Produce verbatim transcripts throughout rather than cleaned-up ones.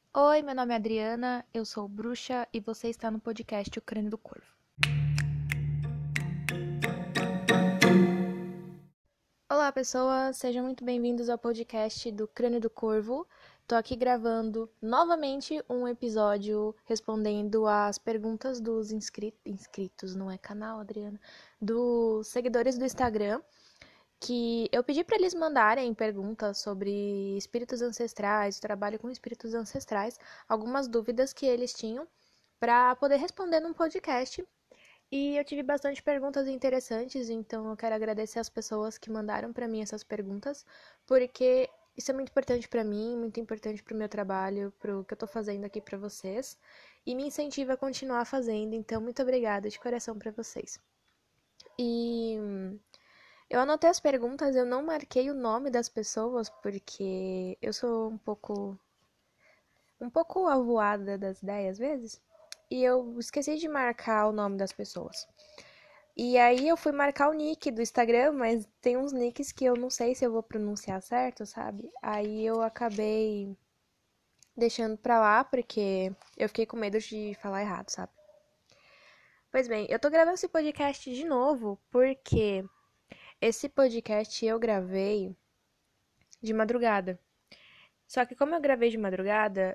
Oi, meu nome é Adriana, eu sou bruxa e você está no podcast O Crânio do Corvo. Olá, pessoas, sejam muito bem-vindos ao podcast do Crânio do Corvo. Tô aqui gravando novamente um episódio respondendo às perguntas dos inscri- inscritos, não é canal, Adriana, dos seguidores do Instagram, que eu pedi para eles mandarem perguntas sobre espíritos ancestrais, trabalho com espíritos ancestrais, algumas dúvidas que eles tinham para poder responder num podcast. E eu tive bastante perguntas interessantes, então eu quero agradecer as pessoas que mandaram para mim essas perguntas, porque isso é muito importante para mim, muito importante para o meu trabalho, para o que eu tô fazendo aqui para vocês, e me incentiva a continuar fazendo, então muito obrigada de coração para vocês. E eu anotei as perguntas, eu não marquei o nome das pessoas, porque eu sou um pouco um pouco avoada das ideias às vezes, e eu esqueci de marcar o nome das pessoas. E aí eu fui marcar o nick do Instagram, mas tem uns nicks que eu não sei se eu vou pronunciar certo, sabe? Aí eu acabei deixando pra lá porque eu fiquei com medo de falar errado, sabe? Pois bem, eu tô gravando esse podcast de novo porque esse podcast eu gravei de madrugada. Só que como eu gravei de madrugada,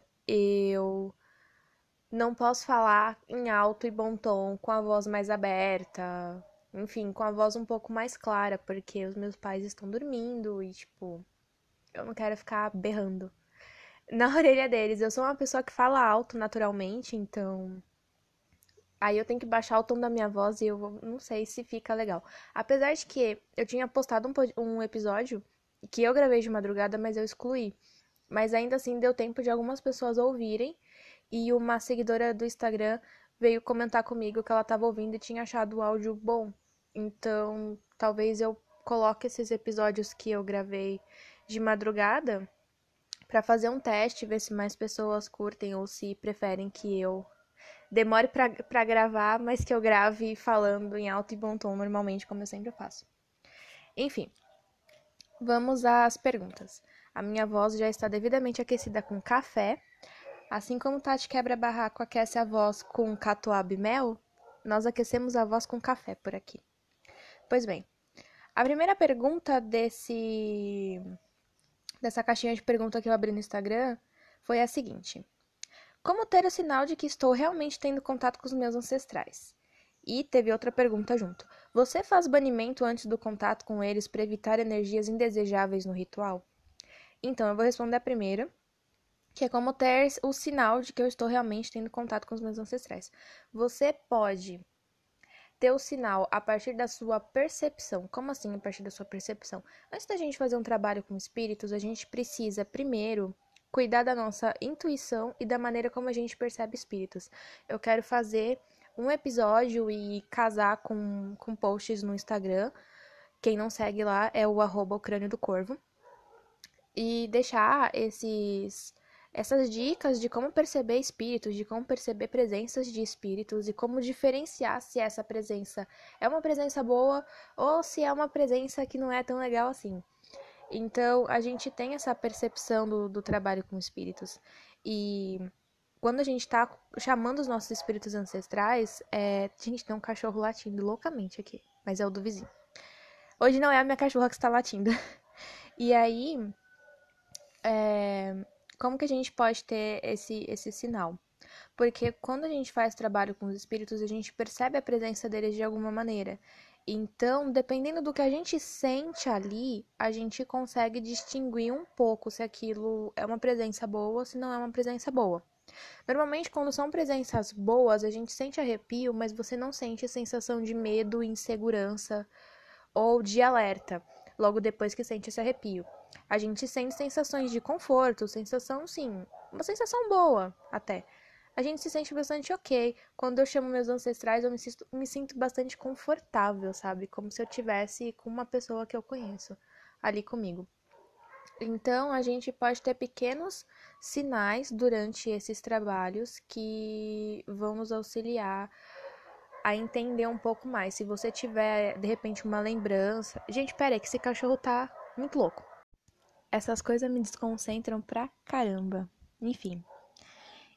eu não posso falar em alto e bom tom, com a voz mais aberta, enfim, com a voz um pouco mais clara, porque os meus pais estão dormindo e, tipo, eu não quero ficar berrando na orelha deles. Eu sou uma pessoa que fala alto naturalmente, então aí eu tenho que baixar o tom da minha voz e eu vou- não sei se fica legal. Apesar de que eu tinha postado um, pod- um episódio que eu gravei de madrugada, mas eu excluí. Mas ainda assim deu tempo de algumas pessoas ouvirem e uma seguidora do Instagram veio comentar comigo que ela estava ouvindo e tinha achado o áudio bom. Então, talvez eu coloque esses episódios que eu gravei de madrugada para fazer um teste, ver se mais pessoas curtem ou se preferem que eu demore pra pra gravar, mas que eu grave falando em alto e bom tom normalmente, como eu sempre faço. Enfim, vamos às perguntas. A minha voz já está devidamente aquecida com café. Assim como Tati Quebra-Barraco aquece a voz com catuaba e mel, nós aquecemos a voz com café por aqui. Pois bem, a primeira pergunta desse dessa caixinha de pergunta que eu abri no Instagram foi a seguinte: como ter o sinal de que estou realmente tendo contato com os meus ancestrais? E teve outra pergunta junto. Você faz banimento antes do contato com eles para evitar energias indesejáveis no ritual? Então, eu vou responder a primeira, que é como ter o sinal de que eu estou realmente tendo contato com os meus ancestrais. Você pode ter o sinal a partir da sua percepção. Como assim a partir da sua percepção? Antes da gente fazer um trabalho com espíritos, a gente precisa primeiro cuidar da nossa intuição e da maneira como a gente percebe espíritos. Eu quero fazer um episódio e casar com, com posts no Instagram. Quem não segue lá é o arroba o crânio do corvo. E deixar esses essas dicas de como perceber espíritos, de como perceber presenças de espíritos e como diferenciar se essa presença é uma presença boa ou se é uma presença que não é tão legal assim. Então, a gente tem essa percepção do, do trabalho com espíritos. E quando a gente tá chamando os nossos espíritos ancestrais, é... gente, tem um cachorro latindo loucamente aqui, mas é o do vizinho. Hoje não é a minha cachorra que está latindo. E aí, é, como que a gente pode ter esse, esse sinal? Porque quando a gente faz trabalho com os espíritos, a gente percebe a presença deles de alguma maneira. Então, dependendo do que a gente sente ali, a gente consegue distinguir um pouco se aquilo é uma presença boa ou se não é uma presença boa. Normalmente, quando são presenças boas, a gente sente arrepio, mas você não sente a sensação de medo, insegurança ou de alerta, logo depois que sente esse arrepio. A gente sente sensações de conforto, sensação, sim, uma sensação boa até. A gente se sente bastante ok. Quando eu chamo meus ancestrais, eu me sinto, me sinto bastante confortável, sabe? Como se eu tivesse com uma pessoa que eu conheço ali comigo. Então, a gente pode ter pequenos sinais durante esses trabalhos que vão nos auxiliar a entender um pouco mais. Se você tiver, de repente, uma lembrança. Gente, pera aí, que esse cachorro tá muito louco. Essas coisas me desconcentram pra caramba. Enfim.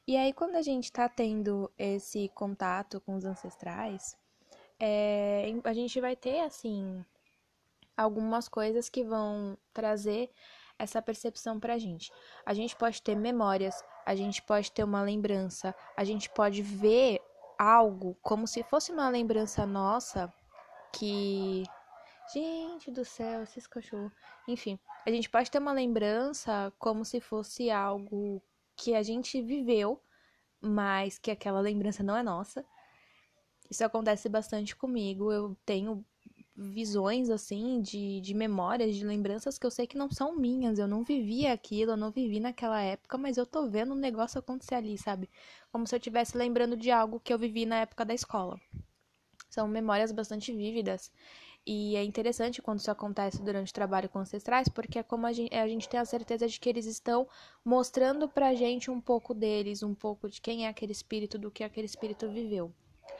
E aí, quando a gente tá tendo esse contato com os ancestrais, é, a gente vai ter, assim, algumas coisas que vão trazer essa percepção pra gente. A gente pode ter memórias, a gente pode ter uma lembrança, a gente pode ver algo como se fosse uma lembrança nossa que. Gente do céu, esses cachorros. Enfim, a gente pode ter uma lembrança como se fosse algo que a gente viveu, mas que aquela lembrança não é nossa. Isso acontece bastante comigo. Eu tenho visões, assim, de, de memórias, de lembranças que eu sei que não são minhas. Eu não vivi aquilo, eu não vivi naquela época, mas eu tô vendo um negócio acontecer ali, sabe? Como se eu estivesse lembrando de algo que eu vivi na época da escola. São memórias bastante vívidas. E é interessante quando isso acontece durante o trabalho com ancestrais, porque é como a gente, a gente tem a certeza de que eles estão mostrando pra gente um pouco deles, um pouco de quem é aquele espírito, do que aquele espírito viveu.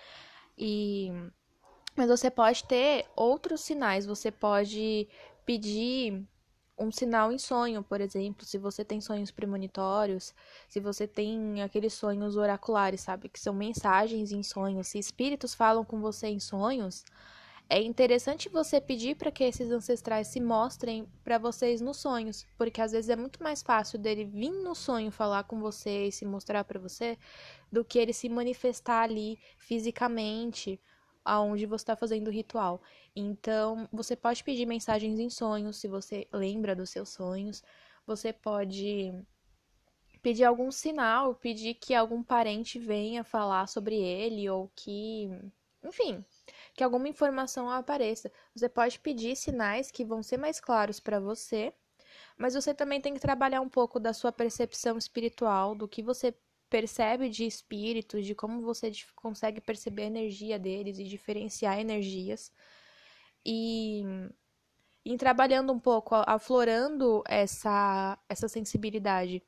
E mas você pode ter outros sinais, você pode pedir um sinal em sonho, por exemplo, se você tem sonhos premonitórios, se você tem aqueles sonhos oraculares, sabe, que são mensagens em sonhos, se espíritos falam com você em sonhos, é interessante você pedir para que esses ancestrais se mostrem para vocês nos sonhos, porque às vezes é muito mais fácil dele vir no sonho falar com você e se mostrar para você do que ele se manifestar ali fisicamente aonde você está fazendo o ritual. Então, você pode pedir mensagens em sonhos, se você lembra dos seus sonhos. Você pode pedir algum sinal, pedir que algum parente venha falar sobre ele ou que, enfim, que alguma informação apareça. Você pode pedir sinais que vão ser mais claros para você, mas você também tem que trabalhar um pouco da sua percepção espiritual, do que você percebe de espíritos, de como você consegue perceber a energia deles e diferenciar energias. E em trabalhando um pouco, aflorando essa, essa sensibilidade.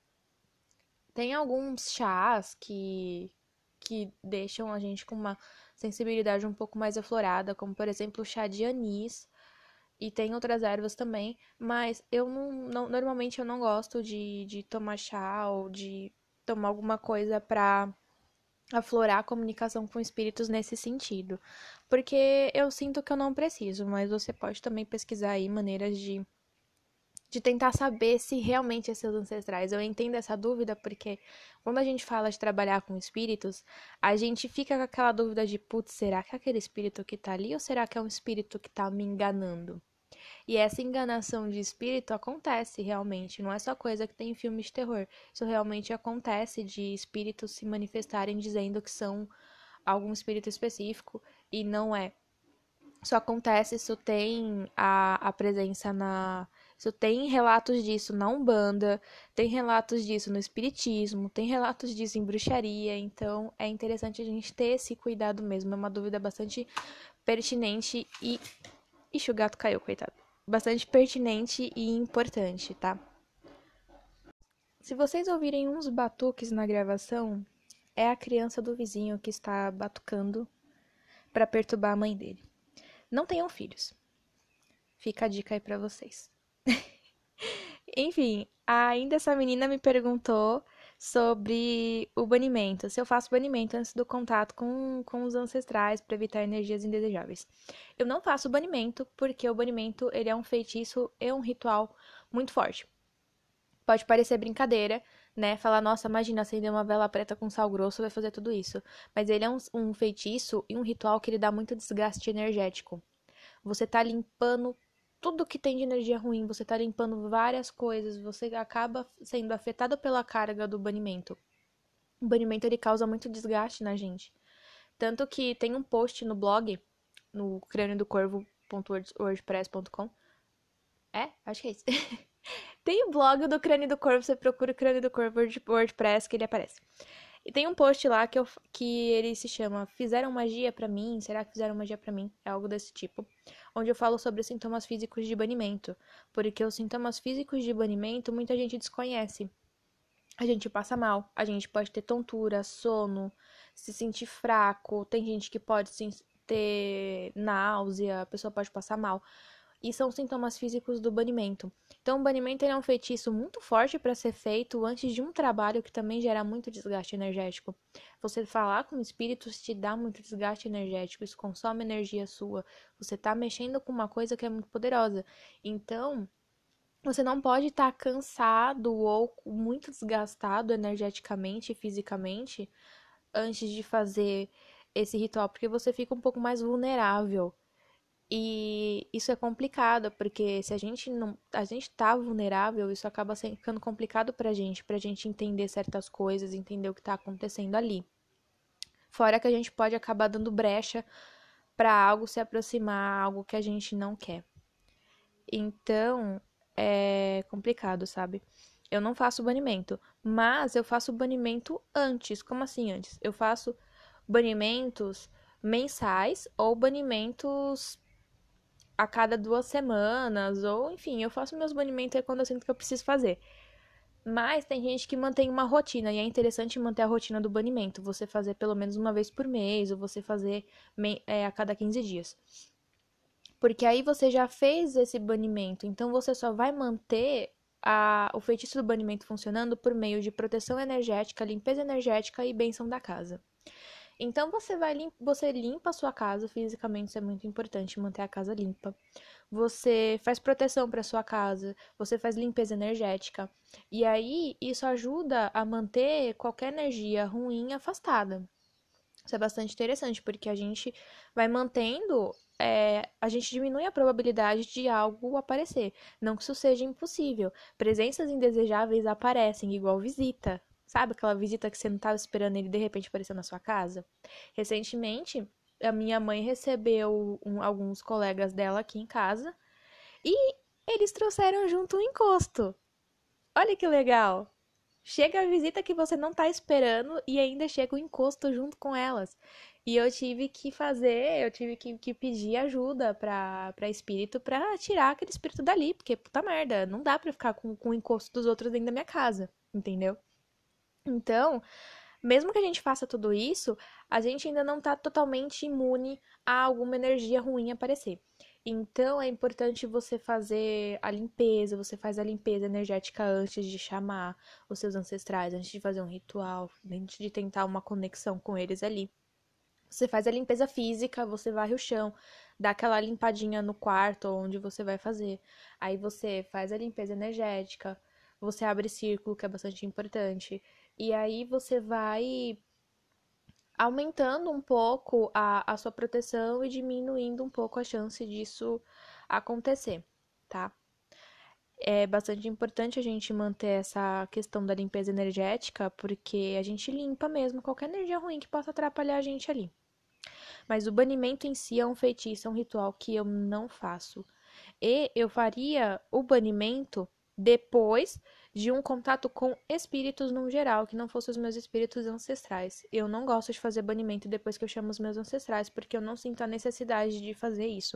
Tem alguns chás que, que deixam a gente com uma sensibilidade um pouco mais aflorada, como por exemplo o chá de anis, e tem outras ervas também, mas eu não, não normalmente eu não gosto de, de tomar chá ou de tomar alguma coisa pra aflorar a comunicação com espíritos nesse sentido, porque eu sinto que eu não preciso, mas você pode também pesquisar aí maneiras de de tentar saber se realmente é seus ancestrais. Eu entendo essa dúvida porque quando a gente fala de trabalhar com espíritos, a gente fica com aquela dúvida de, putz, será que é aquele espírito que tá ali ou será que é um espírito que tá me enganando? E essa enganação de espírito acontece realmente, não é só coisa que tem em filmes de terror. Isso realmente acontece de espíritos se manifestarem dizendo que são algum espírito específico e não é. Isso acontece, isso tem a, a presença na. Isso tem relatos disso na Umbanda, tem relatos disso no Espiritismo, tem relatos disso em bruxaria, então é interessante a gente ter esse cuidado mesmo. É uma dúvida bastante pertinente e. Ixi, o gato caiu, coitado. Bastante pertinente e importante, tá? Se vocês ouvirem uns batuques na gravação, é a criança do vizinho que está batucando para perturbar a mãe dele. Não tenham filhos. Fica a dica aí pra vocês. Enfim, ainda essa menina me perguntou sobre o banimento, se eu faço banimento antes do contato com, com os ancestrais para evitar energias indesejáveis. Eu não faço banimento porque o banimento ele é um feitiço e um ritual muito forte. Pode parecer brincadeira, né? Falar, nossa, imagina acender uma vela preta com sal grosso vai fazer tudo isso. Mas ele é um, um feitiço e um ritual que ele dá muito desgaste energético. Você tá limpando tudo que tem de energia ruim, você tá limpando várias coisas, você acaba sendo afetado pela carga do banimento. O banimento ele causa muito desgaste na gente. Tanto que tem um post no blog, no crânio do corvo ponto wordpress ponto com. É? Acho que é isso. Tem o blog do Crânio do Corvo, você procura o Crânio do Corvo WordPress que ele aparece. E tem um post lá que, eu, que ele se chama Fizeram Magia pra mim? Será que fizeram magia pra mim? É algo desse tipo. Onde eu falo sobre sintomas físicos de banimento. Porque os sintomas físicos de banimento muita gente desconhece. A gente passa mal, a gente pode ter tontura, sono, se sentir fraco, tem gente que pode ter náusea, a pessoa pode passar mal. e são sintomas físicos do banimento. Então, o banimento ele é um feitiço muito forte para ser feito antes de um trabalho que também gera muito desgaste energético. Você falar com espíritos te dá muito desgaste energético, isso consome energia sua. Você está mexendo com uma coisa que é muito poderosa. Então, você não pode estar tá cansado ou muito desgastado energeticamente e fisicamente antes de fazer esse ritual, porque você fica um pouco mais vulnerável. E isso é complicado, porque se a gente não, a gente tá vulnerável, isso acaba ficando complicado pra gente, pra gente entender certas coisas, entender o que tá acontecendo ali. Fora que a gente pode acabar dando brecha pra algo se aproximar, algo que a gente não quer. Então, é complicado, sabe? Eu não faço banimento, mas eu faço banimento antes. Como assim antes? Eu faço banimentos mensais ou banimentos a cada duas semanas, ou enfim, eu faço meus banimentos aí quando eu sinto que eu preciso fazer. Mas tem gente que mantém uma rotina, e é interessante manter a rotina do banimento. Você fazer pelo menos uma vez por mês, ou você fazer é, a cada quinze dias. Porque aí você já fez esse banimento, então você só vai manter a, o feitiço do banimento funcionando por meio de proteção energética, limpeza energética e bênção da casa. Então você vai lim você limpa a sua casa fisicamente, isso é muito importante, manter a casa limpa. Você faz proteção para sua casa, você faz limpeza energética. E aí isso ajuda a manter qualquer energia ruim afastada. Isso é bastante interessante, porque a gente vai mantendo, é, a gente diminui a probabilidade de algo aparecer. Não que isso seja impossível. Presenças indesejáveis aparecem, igual visita. Sabe aquela visita que você não estava esperando ele de repente aparecer na sua casa? Recentemente, a minha mãe recebeu um, alguns colegas dela aqui em casa e eles trouxeram junto um encosto. Olha que legal! Chega a visita que você não tá esperando e ainda chega o encosto junto com elas. E eu tive que fazer, eu tive que, que pedir ajuda pra, pra espírito pra tirar aquele espírito dali, porque puta merda, não dá pra ficar com, com o encosto dos outros dentro da minha casa, entendeu? Então, mesmo que a gente faça tudo isso, a gente ainda não está totalmente imune a alguma energia ruim aparecer. Então é importante você fazer a limpeza, você faz a limpeza energética antes de chamar os seus ancestrais, antes de fazer um ritual, antes de tentar uma conexão com eles ali. Você faz a limpeza física, você varre o chão, dá aquela limpadinha no quarto onde você vai fazer. Aí você faz a limpeza energética, você abre círculo, que é bastante importante. E aí você vai aumentando um pouco a, a sua proteção e diminuindo um pouco a chance disso acontecer, tá? É bastante importante a gente manter essa questão da limpeza energética, porque a gente limpa mesmo qualquer energia ruim que possa atrapalhar a gente ali. Mas o banimento em si é um feitiço, é um ritual que eu não faço. E eu faria o banimento depois de um contato com espíritos no geral, que não fossem os meus espíritos ancestrais. Eu não gosto de fazer banimento depois que eu chamo os meus ancestrais, porque eu não sinto a necessidade de fazer isso.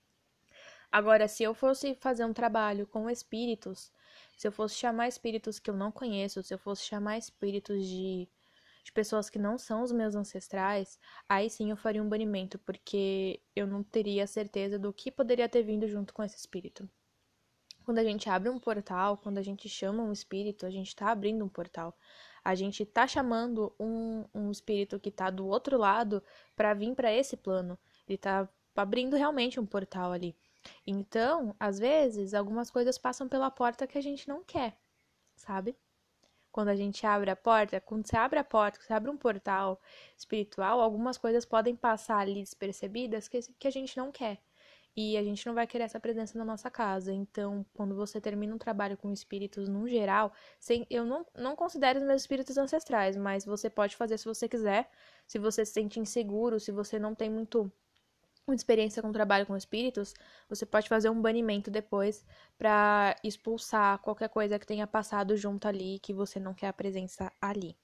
Agora, se eu fosse fazer um trabalho com espíritos, se eu fosse chamar espíritos que eu não conheço, se eu fosse chamar espíritos de, de pessoas que não são os meus ancestrais, aí sim eu faria um banimento, porque eu não teria certeza do que poderia ter vindo junto com esse espírito. Quando a gente abre um portal, quando a gente chama um espírito, a gente está abrindo um portal. A gente está chamando um, um espírito que está do outro lado para vir para esse plano. Ele está abrindo realmente um portal ali. Então, às vezes, algumas coisas passam pela porta que a gente não quer, sabe? Quando a gente abre a porta, quando você abre a porta, você abre um portal espiritual, algumas coisas podem passar ali despercebidas que, que a gente não quer. E a gente não vai querer essa presença na nossa casa. Então, quando você termina um trabalho com espíritos no geral, sem, eu não, não considero os meus espíritos ancestrais, mas você pode fazer se você quiser. Se você se sente inseguro, se você não tem muito muita experiência com trabalho com espíritos, você pode fazer um banimento depois para expulsar qualquer coisa que tenha passado junto ali que você não quer a presença ali.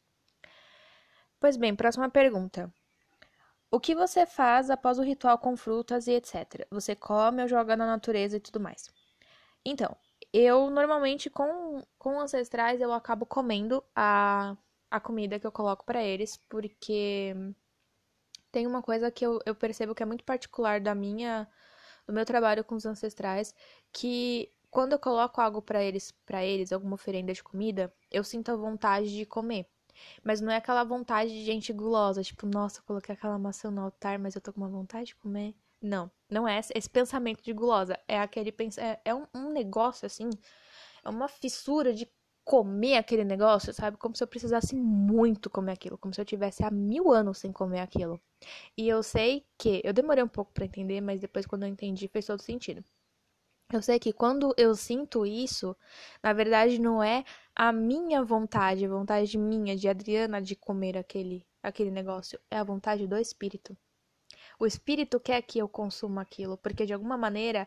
Pois bem, próxima pergunta. O que você faz após o ritual com frutas e etcétera? Você come ou joga na natureza e tudo mais? Então, eu normalmente com, com ancestrais eu acabo comendo a, a comida que eu coloco para eles, porque tem uma coisa que eu, eu percebo que é muito particular da minha, do meu trabalho com os ancestrais, que quando eu coloco algo pra eles, para eles, alguma oferenda de comida, eu sinto a vontade de comer. Mas não é aquela vontade de gente gulosa, tipo, nossa, eu coloquei aquela maçã no altar, mas eu tô com uma vontade de comer. Não, não é esse, esse pensamento de gulosa. É aquele pens... é, é um, um negócio assim, é uma fissura de comer aquele negócio, sabe? Como se eu precisasse muito comer aquilo, como se eu tivesse há mil anos sem comer aquilo. E eu sei que eu demorei um pouco pra entender, mas depois quando eu entendi fez todo sentido. Eu sei que quando eu sinto isso, na verdade não é a minha vontade, a vontade minha, de Adriana, de comer aquele, aquele negócio, é a vontade do espírito. O espírito quer que eu consuma aquilo, porque de alguma maneira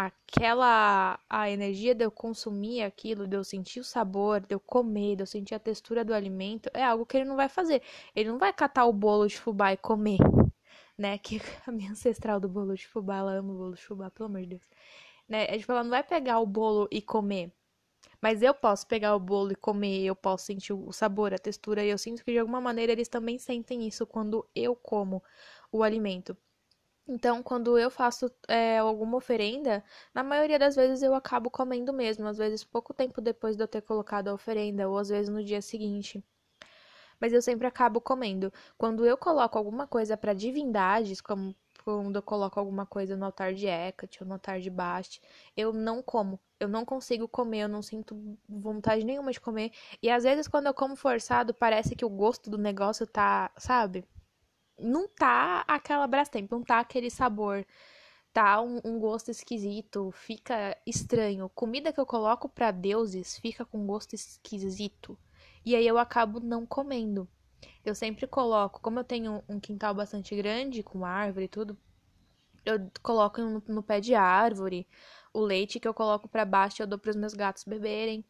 aquela a energia de eu consumir aquilo, de eu sentir o sabor, de eu comer, de eu sentir a textura do alimento, é algo que ele não vai fazer. Ele não vai catar o bolo de fubá e comer, né? Que a minha ancestral do bolo de fubá, ela ama o bolo de fubá, pelo amor de Deus. Né? É, tipo, ela não vai pegar o bolo e comer. Mas eu posso pegar o bolo e comer, eu posso sentir o sabor, a textura, e eu sinto que de alguma maneira eles também sentem isso quando eu como o alimento. Então, quando eu faço é, alguma oferenda, na maioria das vezes eu acabo comendo mesmo, às vezes pouco tempo depois de eu ter colocado a oferenda, ou às vezes no dia seguinte. Mas eu sempre acabo comendo. Quando eu coloco alguma coisa para divindades, como quando eu coloco alguma coisa no altar de Hecate ou no altar de Bast, eu não como. Eu não consigo comer, eu não sinto vontade nenhuma de comer. E às vezes quando eu como forçado, parece que o gosto do negócio tá, sabe? Não tá aquela Brastemp, não tá aquele sabor, tá um, um gosto esquisito, fica estranho. Comida que eu coloco pra deuses fica com gosto esquisito. E aí eu acabo não comendo. Eu sempre coloco, como eu tenho um quintal bastante grande, com árvore e tudo, eu coloco no, no pé de árvore. O leite que eu coloco pra baixo eu dou pros meus gatos beberem.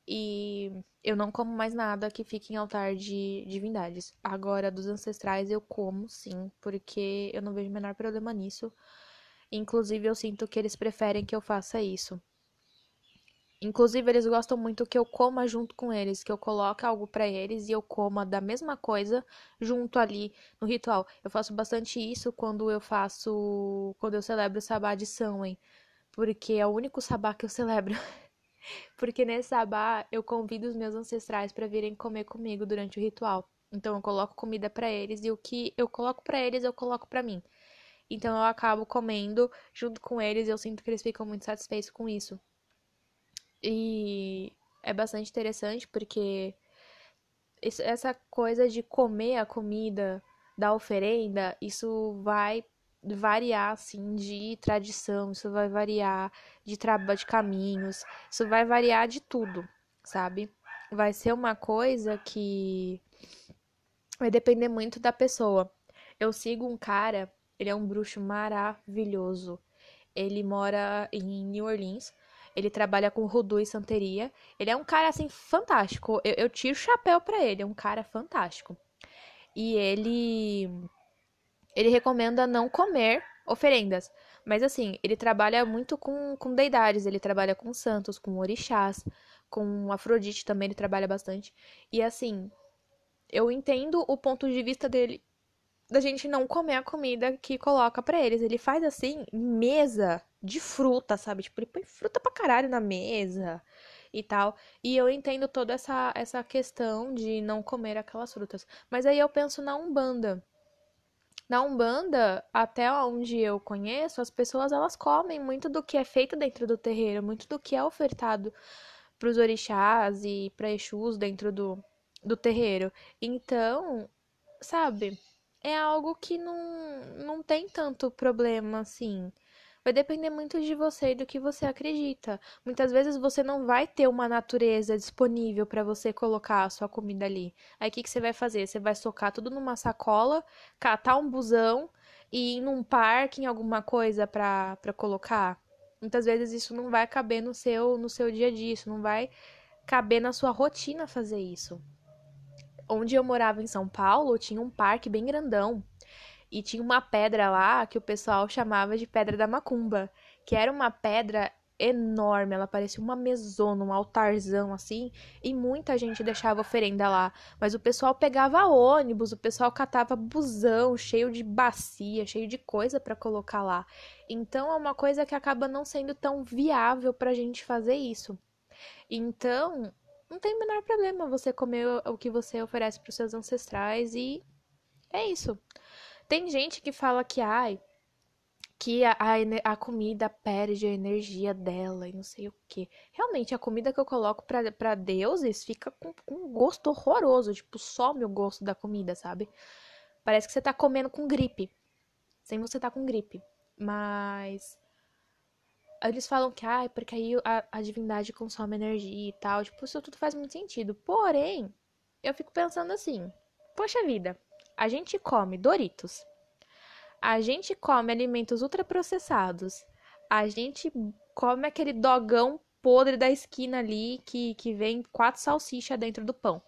E eu não como mais nada que fique em altar de divindades. Agora, dos ancestrais eu como, sim, porque eu não vejo o menor problema nisso. Inclusive, eu sinto que eles preferem que eu faça isso. Inclusive, eles gostam muito que eu coma junto com eles, que eu coloque algo pra eles e eu coma da mesma coisa junto ali no ritual. Eu faço bastante isso quando eu faço, quando eu celebro o sabá de Samhain, porque é o único sabá que eu celebro. Porque nesse sabá eu convido os meus ancestrais pra virem comer comigo durante o ritual. Então eu coloco comida pra eles e o que eu coloco pra eles eu coloco pra mim. Então eu acabo comendo junto com eles e eu sinto que eles ficam muito satisfeitos com isso. E é bastante interessante porque isso- essa coisa de comer a comida da oferenda, isso vai variar assim de tradição, isso vai variar de trabalho de caminhos, isso vai variar de tudo, sabe? Vai ser uma coisa que vai depender muito da pessoa. Eu sigo um cara, ele é um bruxo maravilhoso. Ele mora em New Orleans. Ele trabalha com voodoo e santeria. Ele é um cara, assim, fantástico. Eu, eu tiro o chapéu pra ele. É um cara fantástico. E ele... Ele recomenda não comer oferendas. Mas, assim, ele trabalha muito com, com deidades. Ele trabalha com santos, com orixás, com Afrodite também ele trabalha bastante. E, assim, eu entendo o ponto de vista dele da gente não comer a comida que coloca pra eles. Ele faz assim, mesa de fruta, sabe? Tipo, ele põe fruta pra caralho na mesa e tal. E eu entendo toda essa, essa questão de não comer aquelas frutas. Mas aí eu penso na Umbanda. Na Umbanda, até onde eu conheço, as pessoas elas comem muito do que é feito dentro do terreiro, muito do que é ofertado pros orixás e pra Exus dentro do, do terreiro. Então, sabe? É algo que não, não tem tanto problema assim. Vai depender muito de você e do que você acredita. Muitas vezes você não vai ter uma natureza disponível para você colocar a sua comida ali. Aí o que, que você vai fazer? Você vai socar tudo numa sacola, catar um busão e ir num parque, em alguma coisa para para colocar? Muitas vezes isso não vai caber no seu no seu dia a dia, isso não vai caber na sua rotina fazer isso. Onde eu morava em São Paulo, tinha um parque bem grandão. E tinha uma pedra lá que o pessoal chamava de Pedra da Macumba, que era uma pedra. enorme, ela parecia uma mesona, um altarzão assim, e muita gente deixava oferenda lá. Mas o pessoal pegava ônibus, o pessoal catava busão cheio de bacia, cheio de coisa pra colocar lá. Então é uma coisa que acaba não sendo tão viável pra gente fazer isso. Então, não tem o menor problema você comer o que você oferece pros seus ancestrais e é isso. Tem gente que fala que, ai, que a, a, ene- a comida perde a energia dela e não sei o quê. Realmente, a comida que eu coloco pra, pra deuses fica com, com um gosto horroroso. Tipo, some o gosto da comida, sabe? Parece que você tá comendo com gripe. Sem você tá com gripe. Mas eles falam que, ai, porque aí a, a divindade consome energia e tal. Tipo, isso tudo faz muito sentido. Porém, eu fico pensando assim: poxa vida, a gente come Doritos. A gente come alimentos ultraprocessados. A gente come aquele dogão podre da esquina ali que, que vem quatro salsichas dentro do pão.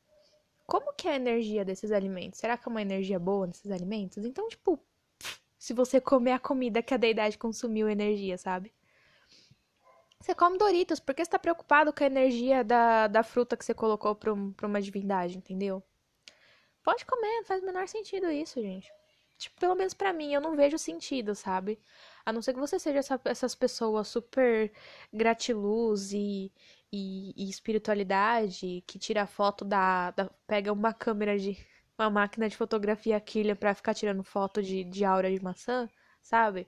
Como que é a energia desses alimentos? Será que é uma energia boa nesses alimentos? Então, tipo, se você comer a comida que a deidade consumiu energia, sabe? Você come Doritos, por que você tá preocupado com a energia da, da fruta que você colocou pra, um, pra uma divindade, entendeu? Pode comer, não faz o menor sentido isso, gente. Tipo, pelo menos pra mim, eu não vejo sentido, sabe? A não ser que você seja essa- essas pessoas super gratiluz e, e, e espiritualidade, que tira foto da, da- pega uma câmera de. Uma máquina de fotografia killer pra ficar tirando foto de, de aura de maçã, sabe?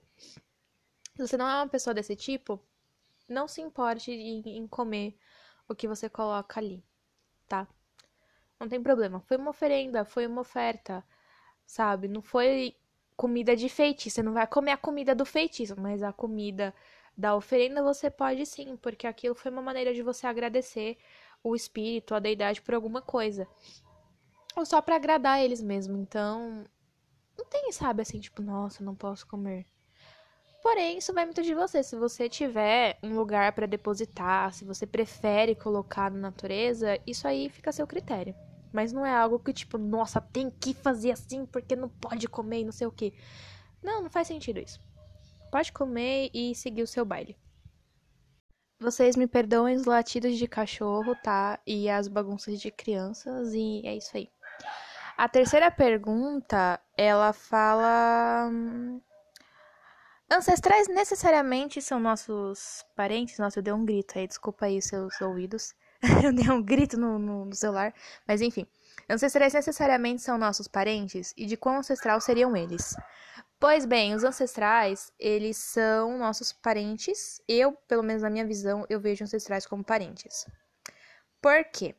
Se você não é uma pessoa desse tipo, não se importe em, em comer o que você coloca ali, tá? Não tem problema. Foi uma oferenda, foi uma oferta, sabe? Não foi comida de feitiço. Você não vai comer a comida do feitiço, mas a comida da oferenda você pode sim, porque aquilo foi uma maneira de você agradecer o espírito, a deidade por alguma coisa. Ou só pra agradar eles mesmo. Então, não tem, sabe, assim, tipo, nossa, não posso comer. Porém, isso vai muito de você. Se você tiver um lugar pra depositar, se você prefere colocar na natureza, isso aí fica a seu critério. Mas não é algo que, tipo, nossa, tem que fazer assim porque não pode comer e não sei o quê. Não, não faz sentido isso. Pode comer e seguir o seu baile. Vocês me perdoem os latidos de cachorro, tá? E as bagunças de crianças, e é isso aí. A terceira pergunta, ela fala. hum, Ancestrais necessariamente são nossos parentes? Nossa, eu dei um grito aí, desculpa aí os seus ouvidos. Eu dei um grito no, no, no celular. Mas enfim. Ancestrais necessariamente são nossos parentes? E de quão ancestral seriam eles? Pois bem, os ancestrais, eles são nossos parentes. Eu, pelo menos na minha visão, eu vejo ancestrais como parentes. Por quê?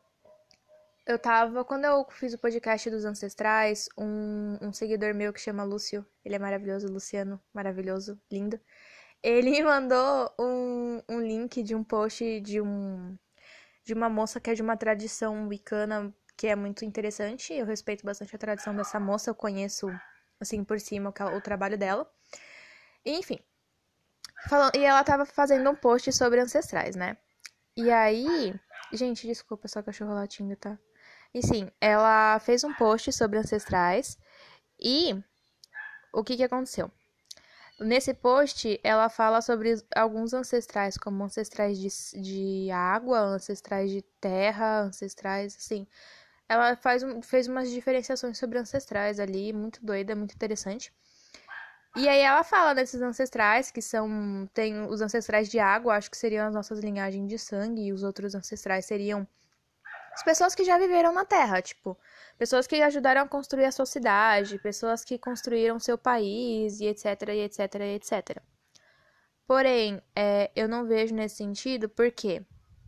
Eu tava, quando eu fiz o podcast dos ancestrais, um, um seguidor meu que chama Lúcio, ele é maravilhoso, Luciano, maravilhoso, lindo. Ele me mandou um, um link de um post de um de uma moça que é de uma tradição wicana que é muito interessante. Eu respeito bastante a tradição dessa moça, eu conheço assim por cima o, o trabalho dela. E, enfim, falando, e ela tava fazendo um post sobre ancestrais, né? E aí, gente, desculpa, só cachorro latindo, tá? E sim, ela fez um post sobre ancestrais e o que que aconteceu? Nesse post, ela fala sobre alguns ancestrais, como ancestrais de, de água, ancestrais de terra, ancestrais, assim. Ela faz um, fez umas diferenciações sobre ancestrais ali, muito doida, muito interessante. E aí ela fala desses ancestrais, que são. Tem os ancestrais de água, acho que seriam as nossas linhagens de sangue, e os outros ancestrais seriam as pessoas que já viveram na Terra, tipo, pessoas que ajudaram a construir a sua cidade, pessoas que construíram seu país, e etc, e etc, e etcétera. Porém, é, eu não vejo nesse sentido, porque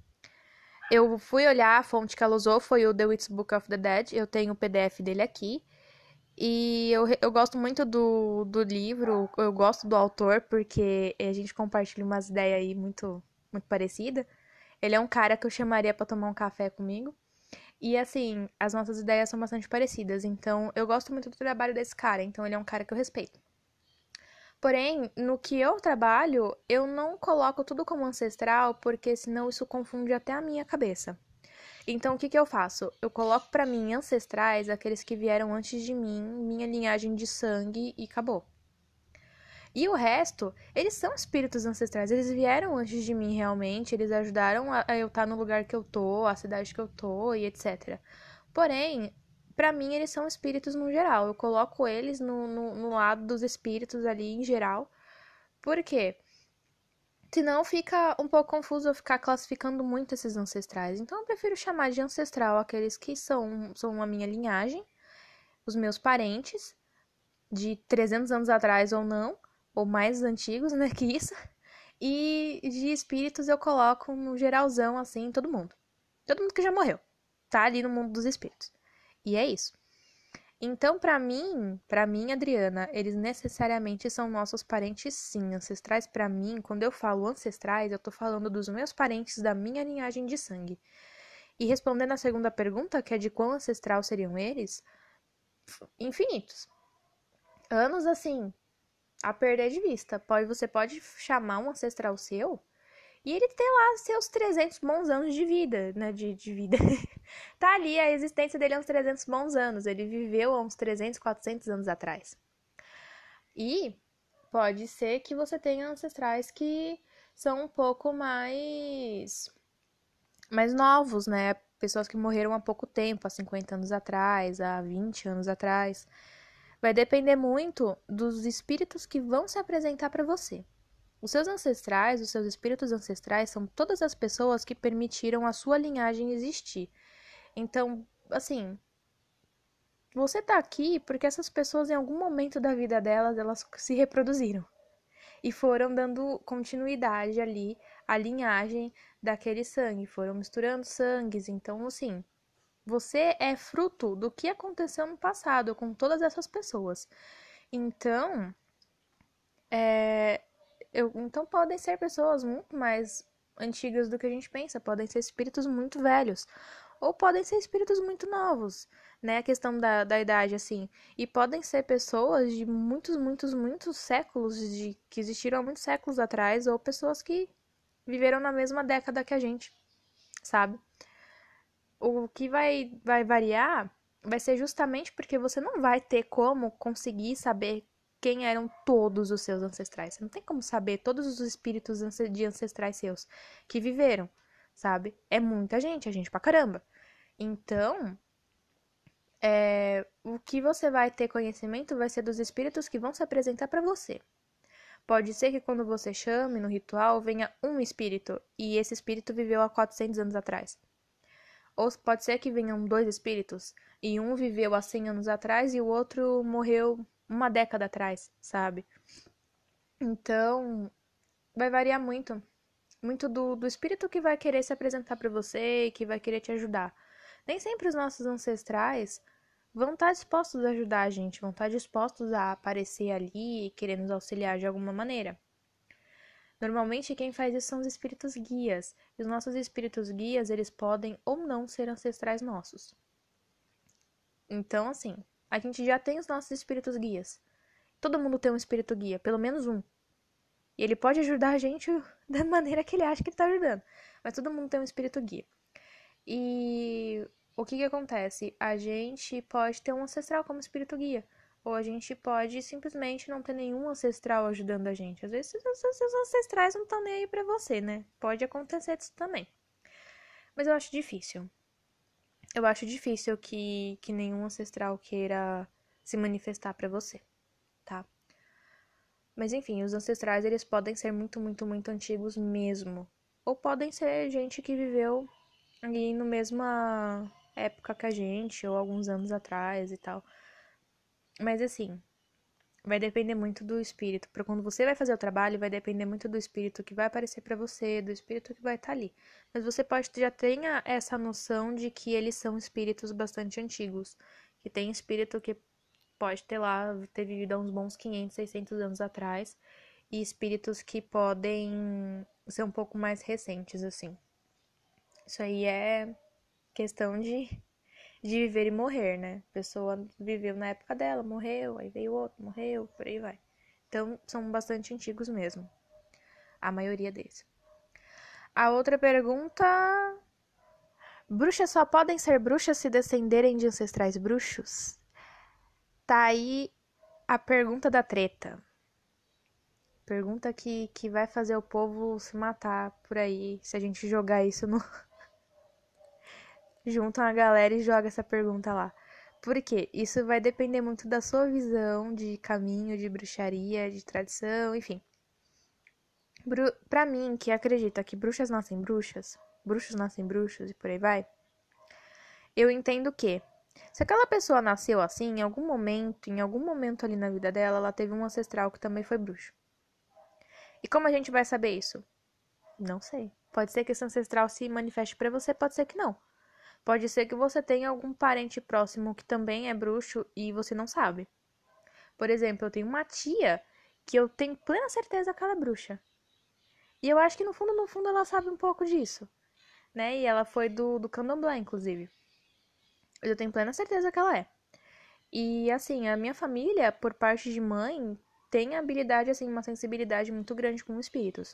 eu fui olhar a fonte que ela usou, foi o The Witch's Book of the Dead, eu tenho o P D F dele aqui, e eu, eu gosto muito do, do livro, eu gosto do autor, porque a gente compartilha umas ideias aí muito, muito parecidas. Ele é um cara que eu chamaria pra tomar um café comigo. E assim, as nossas ideias são bastante parecidas, então eu gosto muito do trabalho desse cara, então ele é um cara que eu respeito. Porém, no que eu trabalho, eu não coloco tudo como ancestral, porque senão isso confunde até a minha cabeça. Então, o que que eu faço? Eu coloco pra mim ancestrais aqueles que vieram antes de mim, minha linhagem de sangue e acabou. E o resto, eles são espíritos ancestrais. Eles vieram antes de mim, realmente. Eles ajudaram a eu estar no lugar que eu tô, a cidade que eu tô e etcétera. Porém, pra mim, eles são espíritos no geral. Eu coloco eles no, no, no lado dos espíritos ali em geral. Por quê? Senão fica um pouco confuso eu ficar classificando muito esses ancestrais. Então, eu prefiro chamar de ancestral aqueles que são, são a minha linhagem, os meus parentes, de trezentos anos atrás ou não, ou mais antigos, né, que isso. E de espíritos eu coloco no geralzão, assim, todo mundo. Todo mundo que já morreu. Tá ali no mundo dos espíritos. E é isso. Então, pra mim, pra mim, Adriana, eles necessariamente são nossos parentes, sim. Ancestrais, pra mim, quando eu falo ancestrais, eu tô falando dos meus parentes da minha linhagem de sangue. E respondendo a segunda pergunta, que é de quão ancestral seriam eles, infinitos. Anos, assim, a perder de vista. Pode, você pode chamar um ancestral seu e ele ter lá seus trezentos bons anos de vida, né? De, de vida. Tá ali, a existência dele há uns trezentos bons anos. Ele viveu há uns trezentos, quatrocentos anos atrás. E pode ser que você tenha ancestrais que são um pouco mais, mais novos, né? Pessoas que morreram há pouco tempo, há cinquenta anos atrás, há vinte anos atrás. Vai depender muito dos espíritos que vão se apresentar para você. Os seus ancestrais, os seus espíritos ancestrais são todas as pessoas que permitiram a sua linhagem existir. Então, assim, você tá aqui porque essas pessoas em algum momento da vida delas, elas se reproduziram e foram dando continuidade ali à linhagem daquele sangue, foram misturando sangues. Então, assim, você é fruto do que aconteceu no passado com todas essas pessoas. Então, é, eu, então podem ser pessoas muito mais antigas do que a gente pensa, podem ser espíritos muito velhos, ou podem ser espíritos muito novos, né? A questão da, da idade, assim. E podem ser pessoas de muitos, muitos, muitos séculos, de, que existiram há muitos séculos atrás, ou pessoas que viveram na mesma década que a gente, sabe? O que vai, vai variar vai ser justamente porque você não vai ter como conseguir saber quem eram todos os seus ancestrais. Você não tem como saber todos os espíritos de ancestrais seus que viveram, sabe? É muita gente, é gente pra caramba. Então, é, o que você vai ter conhecimento vai ser dos espíritos que vão se apresentar para você. Pode ser que quando você chame no ritual venha um espírito e esse espírito viveu há quatrocentos anos atrás. Ou pode ser que venham dois espíritos e um viveu há cem anos atrás e o outro morreu uma década atrás, sabe? Então, vai variar muito. Muito do, do espírito que vai querer se apresentar para você e que vai querer te ajudar. Nem sempre os nossos ancestrais vão estar dispostos a ajudar a gente, vão estar dispostos a aparecer ali e querer nos auxiliar de alguma maneira. Normalmente quem faz isso são os espíritos guias. E os nossos espíritos guias, eles podem ou não ser ancestrais nossos. Então, assim, a gente já tem os nossos espíritos guias. Todo mundo tem um espírito guia, pelo menos um. E ele pode ajudar a gente da maneira que ele acha que ele tá ajudando. Mas todo mundo tem um espírito guia. E o que que acontece? A gente pode ter um ancestral como espírito guia. Ou a gente pode simplesmente não ter nenhum ancestral ajudando a gente. Às vezes os seus ancestrais não estão nem aí pra você, né? Pode acontecer isso também. Mas eu acho difícil. Eu acho difícil que, que nenhum ancestral queira se manifestar pra você, tá? Mas enfim, os ancestrais, eles podem ser muito, muito, muito antigos mesmo. Ou podem ser gente que viveu ali na mesma época que a gente, ou alguns anos atrás e tal. Mas assim, vai depender muito do espírito. Para quando você vai fazer o trabalho, vai depender muito do espírito que vai aparecer para você, do espírito que vai estar ali. Mas você pode já tenha essa noção de que eles são espíritos bastante antigos, que tem espírito que pode ter lá, ter vivido há uns bons quinhentos, seiscentos anos atrás, e espíritos que podem ser um pouco mais recentes, assim. Isso aí é questão de, de viver e morrer, né? A pessoa viveu na época dela, morreu, aí veio outro, morreu, por aí vai. Então, são bastante antigos mesmo. A maioria deles. A outra pergunta... Bruxas só podem ser bruxas se descenderem de ancestrais bruxos? Tá aí a pergunta da treta. pergunta que, que vai fazer o povo se matar por aí, se a gente jogar isso no... Junta uma galera e joga essa pergunta lá. Por quê? Isso vai depender muito da sua visão de caminho, de bruxaria, de tradição, enfim. Bru... Pra mim, que acredita que bruxas nascem bruxas, bruxos nascem bruxos e por aí vai, eu entendo que se aquela pessoa nasceu assim, em algum momento, em algum momento ali na vida dela, ela teve um ancestral que também foi bruxo. E como a gente vai saber isso? Não sei. Pode ser que esse ancestral se manifeste pra você, pode ser que não. Pode ser que você tenha algum parente próximo que também é bruxo e você não sabe. Por exemplo, eu tenho uma tia que eu tenho plena certeza que ela é bruxa. E eu acho que no fundo, no fundo, ela sabe um pouco disso, né? E ela foi do, do candomblé, inclusive. Eu tenho plena certeza que ela é. E, assim, a minha família, por parte de mãe, tem habilidade, assim, uma sensibilidade muito grande com espíritos.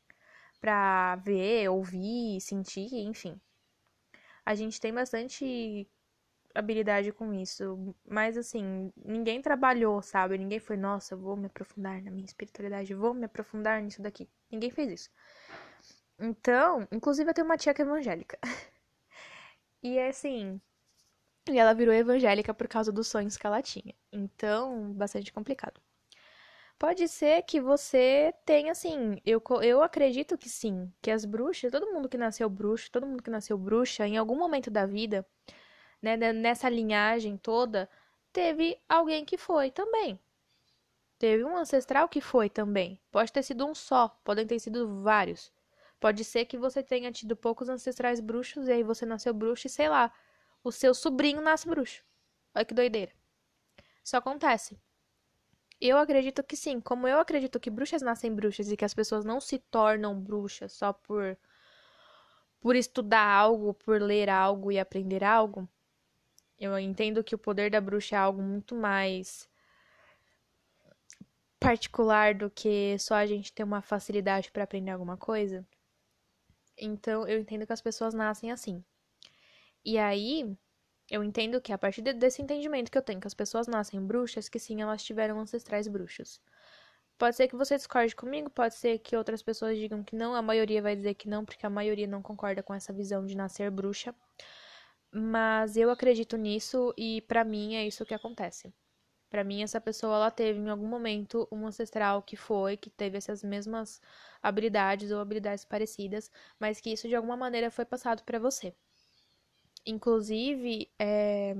Pra ver, ouvir, sentir, enfim. A gente tem bastante habilidade com isso. Mas, assim, ninguém trabalhou, sabe? Ninguém foi, nossa, eu vou me aprofundar na minha espiritualidade, vou me aprofundar nisso daqui. Ninguém fez isso. Então, inclusive eu tenho uma tia que é evangélica. E é assim, e ela virou evangélica por causa dos sonhos que ela tinha. Então, bastante complicado. Pode ser que você tenha, assim, eu, eu acredito que sim, que as bruxas, todo mundo que nasceu bruxo, todo mundo que nasceu bruxa, em algum momento da vida, né, nessa linhagem toda, teve alguém que foi também. Teve um ancestral que foi também. Pode ter sido um só, podem ter sido vários. Pode ser que você tenha tido poucos ancestrais bruxos e aí você nasceu bruxo e sei lá, o seu sobrinho nasce bruxo. Olha que doideira. Isso acontece. Eu acredito que sim. Como eu acredito que bruxas nascem bruxas e que as pessoas não se tornam bruxas só por, por estudar algo, por ler algo e aprender algo, eu entendo que o poder da bruxa é algo muito mais particular do que só a gente ter uma facilidade para aprender alguma coisa. Então, eu entendo que as pessoas nascem assim. E aí, eu entendo que a partir desse entendimento que eu tenho, que as pessoas nascem bruxas, que sim, elas tiveram ancestrais bruxos. Pode ser que você discorde comigo, pode ser que outras pessoas digam que não, a maioria vai dizer que não, porque a maioria não concorda com essa visão de nascer bruxa. Mas eu acredito nisso e pra mim é isso que acontece. Pra mim, essa pessoa, ela teve em algum momento um ancestral que foi, que teve essas mesmas habilidades ou habilidades parecidas, mas que isso de alguma maneira foi passado pra você. Inclusive, é...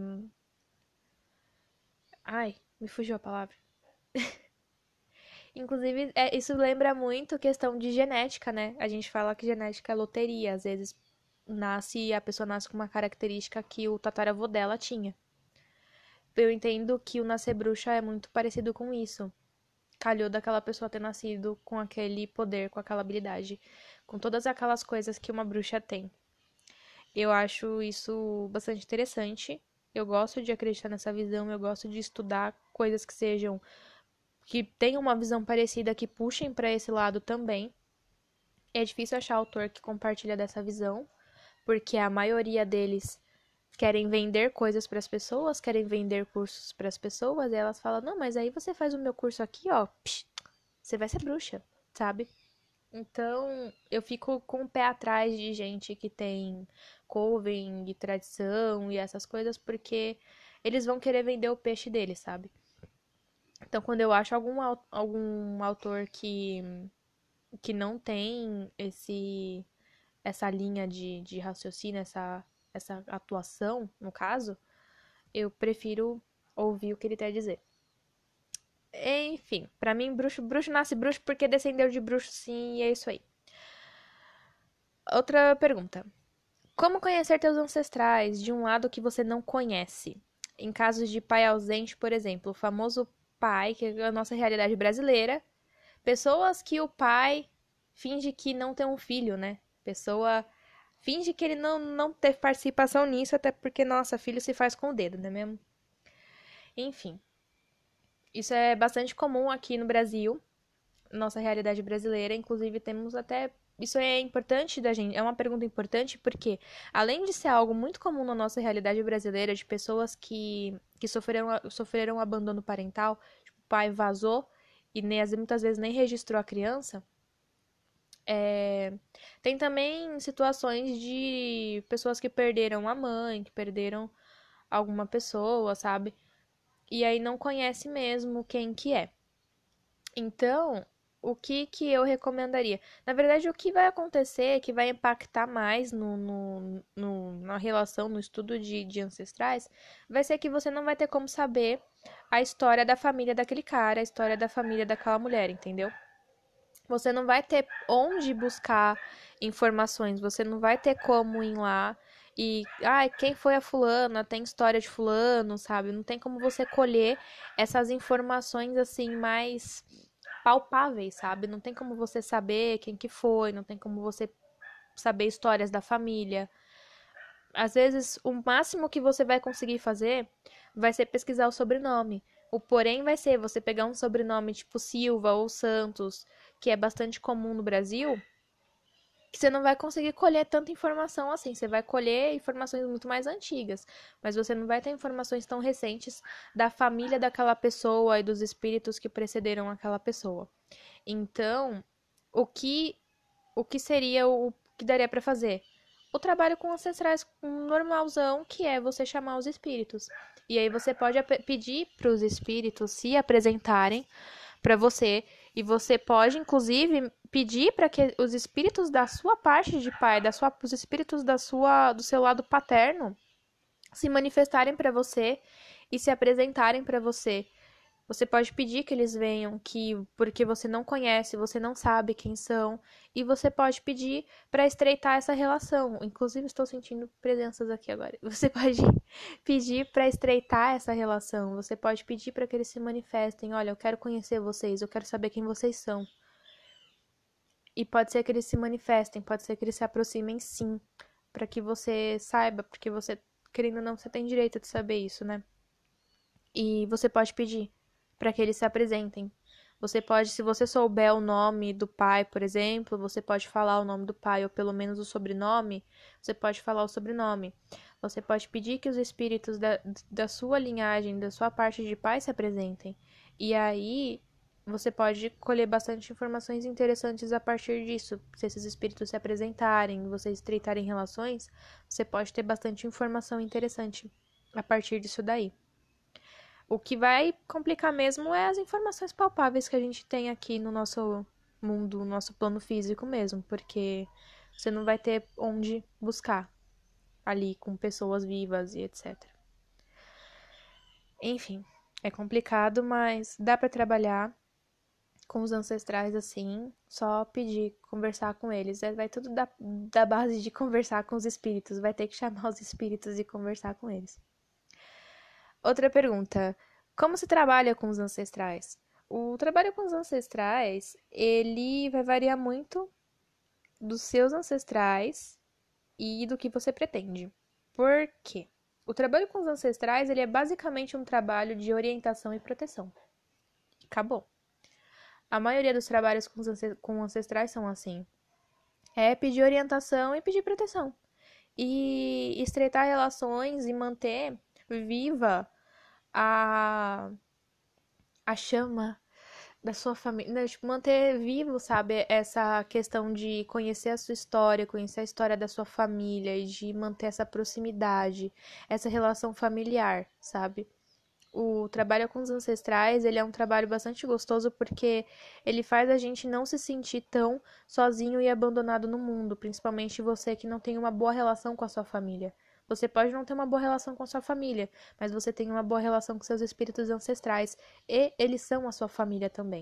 ai, me fugiu a palavra. Inclusive, é, isso lembra muito questão de genética, né? A gente fala que genética é loteria, às vezes nasce, a pessoa nasce com uma característica que o tataravô dela tinha. Eu entendo que o nascer bruxa é muito parecido com isso. Calhou daquela pessoa ter nascido com aquele poder, com aquela habilidade, com todas aquelas coisas que uma bruxa tem. Eu acho isso bastante interessante. Eu gosto de acreditar nessa visão, eu gosto de estudar coisas que sejam que tenham uma visão parecida, que puxem para esse lado também. É difícil achar autor que compartilha dessa visão, porque a maioria deles querem vender coisas para as pessoas, querem vender cursos para as pessoas, e elas falam: "Não, mas aí você faz o meu curso aqui, ó, psh, você vai ser bruxa", sabe? Então, eu fico com o pé atrás de gente que tem coven e tradição e essas coisas, porque eles vão querer vender o peixe deles, sabe? Então, quando eu acho algum, algum autor que, que não tem esse, essa linha de, de raciocínio, essa, essa atuação, no caso, eu prefiro ouvir o que ele tem a dizer. Enfim, pra mim, bruxo, bruxo nasce bruxo porque descendeu de bruxo, sim, e é isso aí. Outra pergunta. Como conhecer teus ancestrais de um lado que você não conhece? Em casos de pai ausente, por exemplo, o famoso pai, que é a nossa realidade brasileira. Pessoas que o pai finge que não tem um filho, né? Pessoa finge que ele não, não teve participação nisso, até porque, nossa, filho se faz com o dedo, não é mesmo? Enfim, isso é bastante comum aqui no Brasil, nossa realidade brasileira. Inclusive, temos até. Isso é importante da gente, é uma pergunta importante porque, além de ser algo muito comum na nossa realidade brasileira, de pessoas que, que sofreram, sofreram abandono parental, tipo, o pai vazou e nem, muitas vezes nem registrou a criança. É, tem também situações de pessoas que perderam a mãe, que perderam alguma pessoa, sabe? E aí não conhece mesmo quem que é. Então, o que que eu recomendaria? Na verdade, o que vai acontecer, que vai impactar mais no, no, no- na relação, no estudo de, de ancestrais, vai ser que você não vai ter como saber a história da família daquele cara, a história da família daquela mulher, entendeu? Você não vai ter onde buscar informações, você não vai ter como ir lá e, ai, quem foi a fulana, tem história de fulano, sabe? Não tem como você colher essas informações assim mais palpáveis, sabe? Não tem como você saber quem que foi, não tem como você saber histórias da família. Às vezes, o máximo que você vai conseguir fazer vai ser pesquisar o sobrenome. O porém vai ser você pegar um sobrenome tipo Silva ou Santos, que é bastante comum no Brasil, que você não vai conseguir colher tanta informação assim. Você vai colher informações muito mais antigas, mas você não vai ter informações tão recentes da família daquela pessoa e dos espíritos que precederam aquela pessoa. Então, o que o que seria o que daria para fazer? O trabalho com ancestrais normalzão, que é você chamar os espíritos. E aí você pode pedir para os espíritos se apresentarem para você e você pode inclusive pedir para que os espíritos da sua parte de pai, da sua, os espíritos da sua, do seu lado paterno, se manifestarem para você e se apresentarem para você. Você pode pedir que eles venham, que porque você não conhece, você não sabe quem são, e você pode pedir para estreitar essa relação. Inclusive, estou sentindo presenças aqui agora. Você pode pedir para estreitar essa relação. Você pode pedir para que eles se manifestem. Olha, eu quero conhecer vocês, eu quero saber quem vocês são. E pode ser que eles se manifestem, pode ser que eles se aproximem sim, para que você saiba, porque você, querendo ou não, você tem direito de saber isso, né? E você pode pedir para que eles se apresentem. Você pode, se você souber o nome do pai, por exemplo, você pode falar o nome do pai, ou pelo menos o sobrenome, você pode falar o sobrenome. Você pode pedir que os espíritos da, da sua linhagem, da sua parte de pai, se apresentem. E aí você pode colher bastante informações interessantes a partir disso. Se esses espíritos se apresentarem, vocês estreitarem relações, você pode ter bastante informação interessante a partir disso daí. O que vai complicar mesmo é as informações palpáveis que a gente tem aqui no nosso mundo, no nosso plano físico mesmo, porque você não vai ter onde buscar ali com pessoas vivas e etcétera. Enfim, é complicado, mas dá para trabalhar com os ancestrais assim, só pedir, conversar com eles. Vai tudo da, da base de conversar com os espíritos, vai ter que chamar os espíritos e conversar com eles. Outra pergunta: como se trabalha com os ancestrais? O trabalho com os ancestrais, ele vai variar muito dos seus ancestrais e do que você pretende. Por quê? O trabalho com os ancestrais, ele é basicamente um trabalho de orientação e proteção. Acabou. A maioria dos trabalhos com ancestrais são assim. É pedir orientação e pedir proteção. E estreitar relações e manter viva a, a chama da sua família, né? Tipo, manter vivo, sabe, essa questão de conhecer a sua história, conhecer a história da sua família e de manter essa proximidade, essa relação familiar, sabe? O trabalho com os ancestrais, ele é um trabalho bastante gostoso porque ele faz a gente não se sentir tão sozinho e abandonado no mundo, principalmente você que não tem uma boa relação com a sua família. Você pode não ter uma boa relação com a sua família, mas você tem uma boa relação com seus espíritos ancestrais e eles são a sua família também.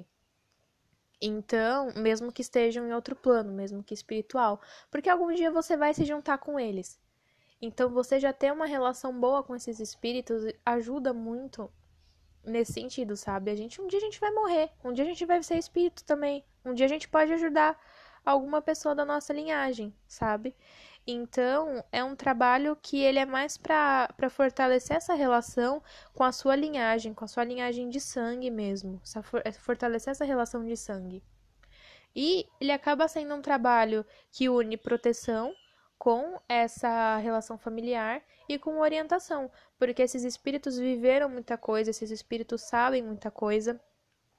Então, mesmo que estejam em outro plano, mesmo que espiritual, porque algum dia você vai se juntar com eles. Então, você já ter uma relação boa com esses espíritos ajuda muito nesse sentido, sabe? A gente, um dia a gente vai morrer, um dia a gente vai ser espírito também, um dia a gente pode ajudar alguma pessoa da nossa linhagem, sabe? Então, é um trabalho que ele é mais para para fortalecer essa relação com a sua linhagem, com a sua linhagem de sangue mesmo, fortalecer essa relação de sangue. E ele acaba sendo um trabalho que une proteção com essa relação familiar e com orientação, porque esses espíritos viveram muita coisa, esses espíritos sabem muita coisa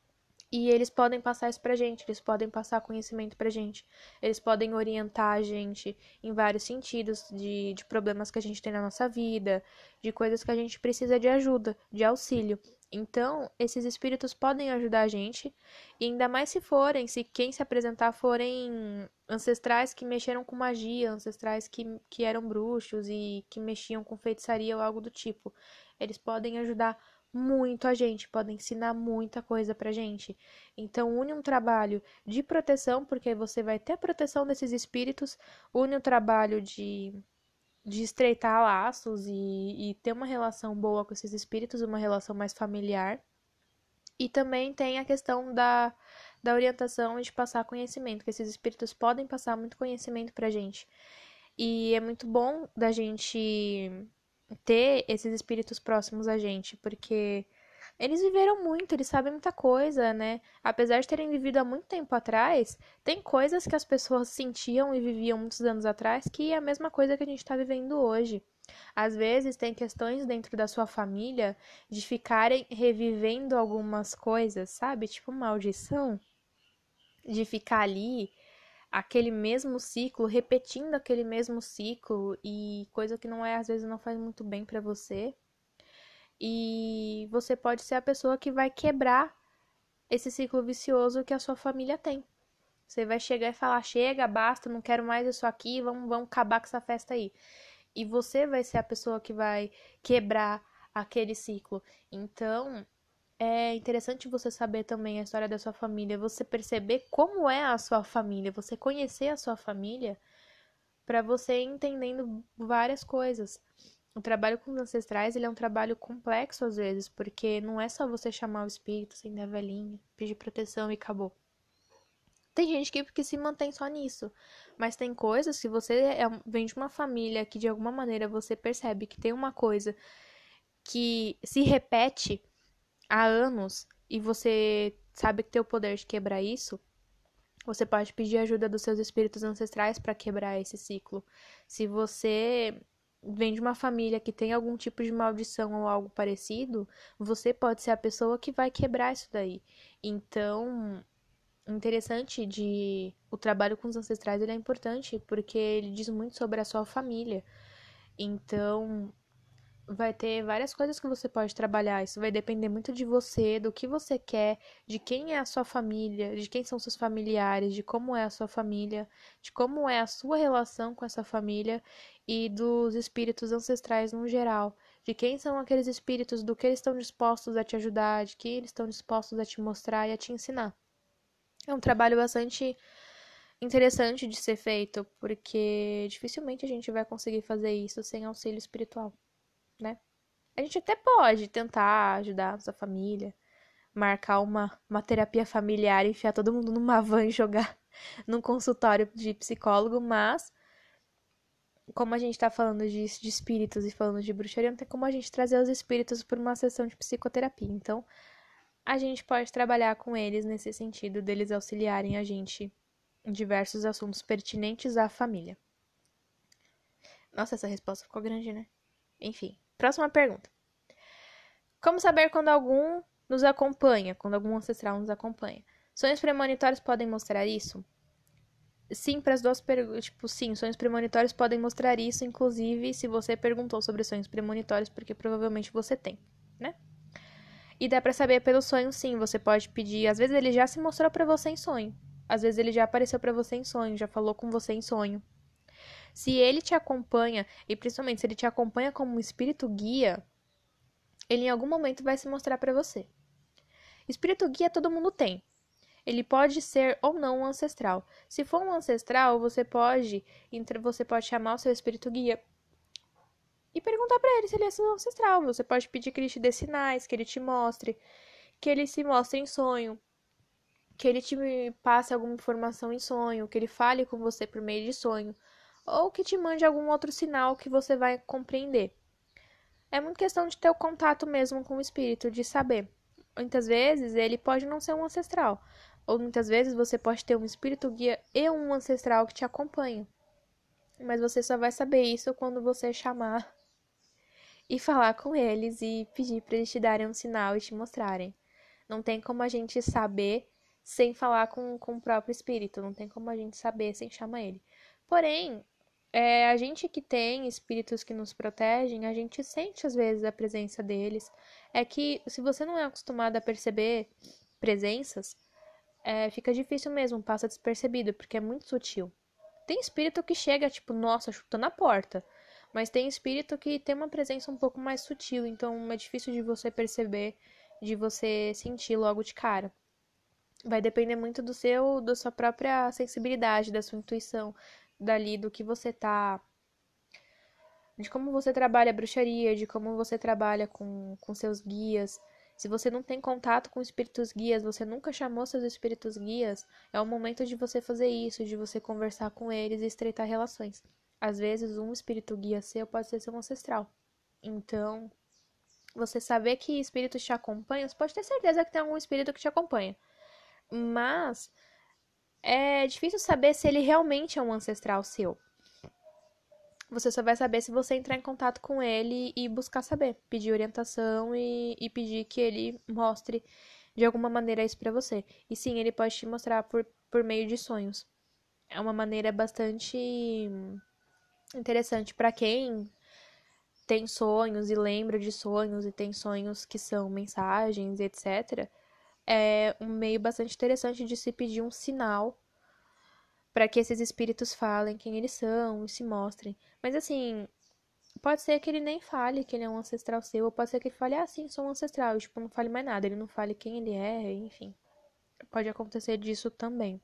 E eles podem passar isso pra gente, eles podem passar conhecimento pra gente, eles podem orientar a gente em vários sentidos de, de problemas que a gente tem na nossa vida, de coisas que a gente precisa de ajuda, de auxílio. Então, esses espíritos podem ajudar a gente, e ainda mais se forem, se quem se apresentar forem ancestrais que mexeram com magia, ancestrais que, que eram bruxos e que mexiam com feitiçaria ou algo do tipo. Eles podem ajudar muito a gente, podem ensinar muita coisa pra gente. Então, une um trabalho de proteção, porque você vai ter a proteção desses espíritos, une o trabalho de, de estreitar laços e, e ter uma relação boa com esses espíritos, uma relação mais familiar. E também tem a questão da, da orientação e de passar conhecimento, que esses espíritos podem passar muito conhecimento pra gente. E é muito bom da gente ter esses espíritos próximos a gente, porque eles viveram muito, eles sabem muita coisa, né? Apesar de terem vivido há muito tempo atrás, tem coisas que as pessoas sentiam e viviam muitos anos atrás que é a mesma coisa que a gente está vivendo hoje. Às vezes tem questões dentro da sua família de ficarem revivendo algumas coisas, sabe? Tipo maldição, de ficar ali aquele mesmo ciclo, repetindo aquele mesmo ciclo e coisa que não é, às vezes não faz muito bem pra você. E você pode ser a pessoa que vai quebrar esse ciclo vicioso que a sua família tem. Você vai chegar e falar: chega, basta, não quero mais isso aqui, vamos, vamos acabar com essa festa aí. E você vai ser a pessoa que vai quebrar aquele ciclo. Então, é interessante você saber também a história da sua família, você perceber como é a sua família, você conhecer a sua família para você ir entendendo várias coisas. O trabalho com os ancestrais, ele é um trabalho complexo às vezes, porque não é só você chamar o espírito, acender a velhinha, pedir proteção e acabou. Tem gente que, que se mantém só nisso, mas tem coisas que você é, vem de uma família que de alguma maneira você percebe que tem uma coisa que se repete há anos e você sabe que tem o poder de quebrar isso, você pode pedir ajuda dos seus espíritos ancestrais para quebrar esse ciclo. Se você vem de uma família que tem algum tipo de maldição ou algo parecido, você pode ser a pessoa que vai quebrar isso daí. Então, interessante de o trabalho com os ancestrais, ele é importante porque ele diz muito sobre a sua família. Então, vai ter várias coisas que você pode trabalhar. Isso vai depender muito de você, do que você quer, de quem é a sua família, de quem são seus familiares, de como é a sua família, de como é a sua relação com essa família e dos espíritos ancestrais no geral. De quem são aqueles espíritos, do que eles estão dispostos a te ajudar, de que eles estão dispostos a te mostrar e a te ensinar. É um trabalho bastante interessante de ser feito, porque dificilmente a gente vai conseguir fazer isso sem auxílio espiritual, né? A gente até pode tentar ajudar a nossa família, marcar uma, uma terapia familiar, enfiar todo mundo numa van e jogar num consultório de psicólogo, mas como a gente tá falando de, de espíritos e falando de bruxaria, não tem como a gente trazer os espíritos por uma sessão de psicoterapia. Então, a gente pode trabalhar com eles nesse sentido, deles auxiliarem a gente em diversos assuntos pertinentes à família. Nossa, essa resposta ficou grande, né? Enfim, próxima pergunta. Como saber quando algum nos acompanha, quando algum ancestral nos acompanha? Sonhos premonitórios podem mostrar isso? Sim, para as duas perguntas. Tipo, sim, sonhos premonitórios podem mostrar isso, inclusive se você perguntou sobre sonhos premonitórios, porque provavelmente você tem, né? E dá pra saber pelo sonho, sim. Você pode pedir. Às vezes ele já se mostrou pra você em sonho. Às vezes ele já apareceu pra você em sonho, já falou com você em sonho. Se ele te acompanha, e principalmente se ele te acompanha como um espírito guia, ele em algum momento vai se mostrar pra você. Espírito guia todo mundo tem. Ele pode ser ou não um ancestral. Se for um ancestral, você pode, você pode chamar o seu espírito guia e perguntar pra ele se ele é seu ancestral. Você pode pedir que ele te dê sinais, que ele te mostre, que ele se mostre em sonho, que ele te passe alguma informação em sonho, que ele fale com você por meio de sonho, ou que te mande algum outro sinal que você vai compreender. É muito questão de ter o contato mesmo com o espírito, de saber. Muitas vezes ele pode não ser um ancestral, ou muitas vezes você pode ter um espírito guia e um ancestral que te acompanham. Mas você só vai saber isso quando você chamar e falar com eles e pedir para eles te darem um sinal e te mostrarem. Não tem como a gente saber sem falar com, com o próprio espírito. Não tem como a gente saber sem chamar ele. Porém, é, a gente que tem espíritos que nos protegem, a gente sente às vezes a presença deles. É que se você não é acostumado a perceber presenças, é, fica difícil mesmo, passa despercebido, porque é muito sutil. Tem espírito que chega, tipo, nossa, chutando a porta. Mas tem espírito que tem uma presença um pouco mais sutil, então é difícil de você perceber, de você sentir logo de cara. Vai depender muito do seu, da sua própria sensibilidade, da sua intuição, dali, do que você tá, de como você trabalha a bruxaria, de como você trabalha com, com seus guias. Se você não tem contato com espíritos guias, você nunca chamou seus espíritos guias, é o momento de você fazer isso, de você conversar com eles e estreitar relações. Às vezes, um espírito guia seu pode ser seu ancestral. Então, você saber que espíritos te acompanham, você pode ter certeza que tem algum espírito que te acompanha. Mas é difícil saber se ele realmente é um ancestral seu. Você só vai saber se você entrar em contato com ele e buscar saber, pedir orientação e, e pedir que ele mostre de alguma maneira isso pra você. E sim, ele pode te mostrar por, por meio de sonhos. É uma maneira bastante interessante pra quem tem sonhos e lembra de sonhos e tem sonhos que são mensagens, etcétera. É um meio bastante interessante de se pedir um sinal para que esses espíritos falem quem eles são e se mostrem. Mas assim, pode ser que ele nem fale que ele é um ancestral seu, ou pode ser que ele fale, ah, sim, sou um ancestral, e tipo, não fale mais nada, ele não fale quem ele é, enfim. Pode acontecer disso também.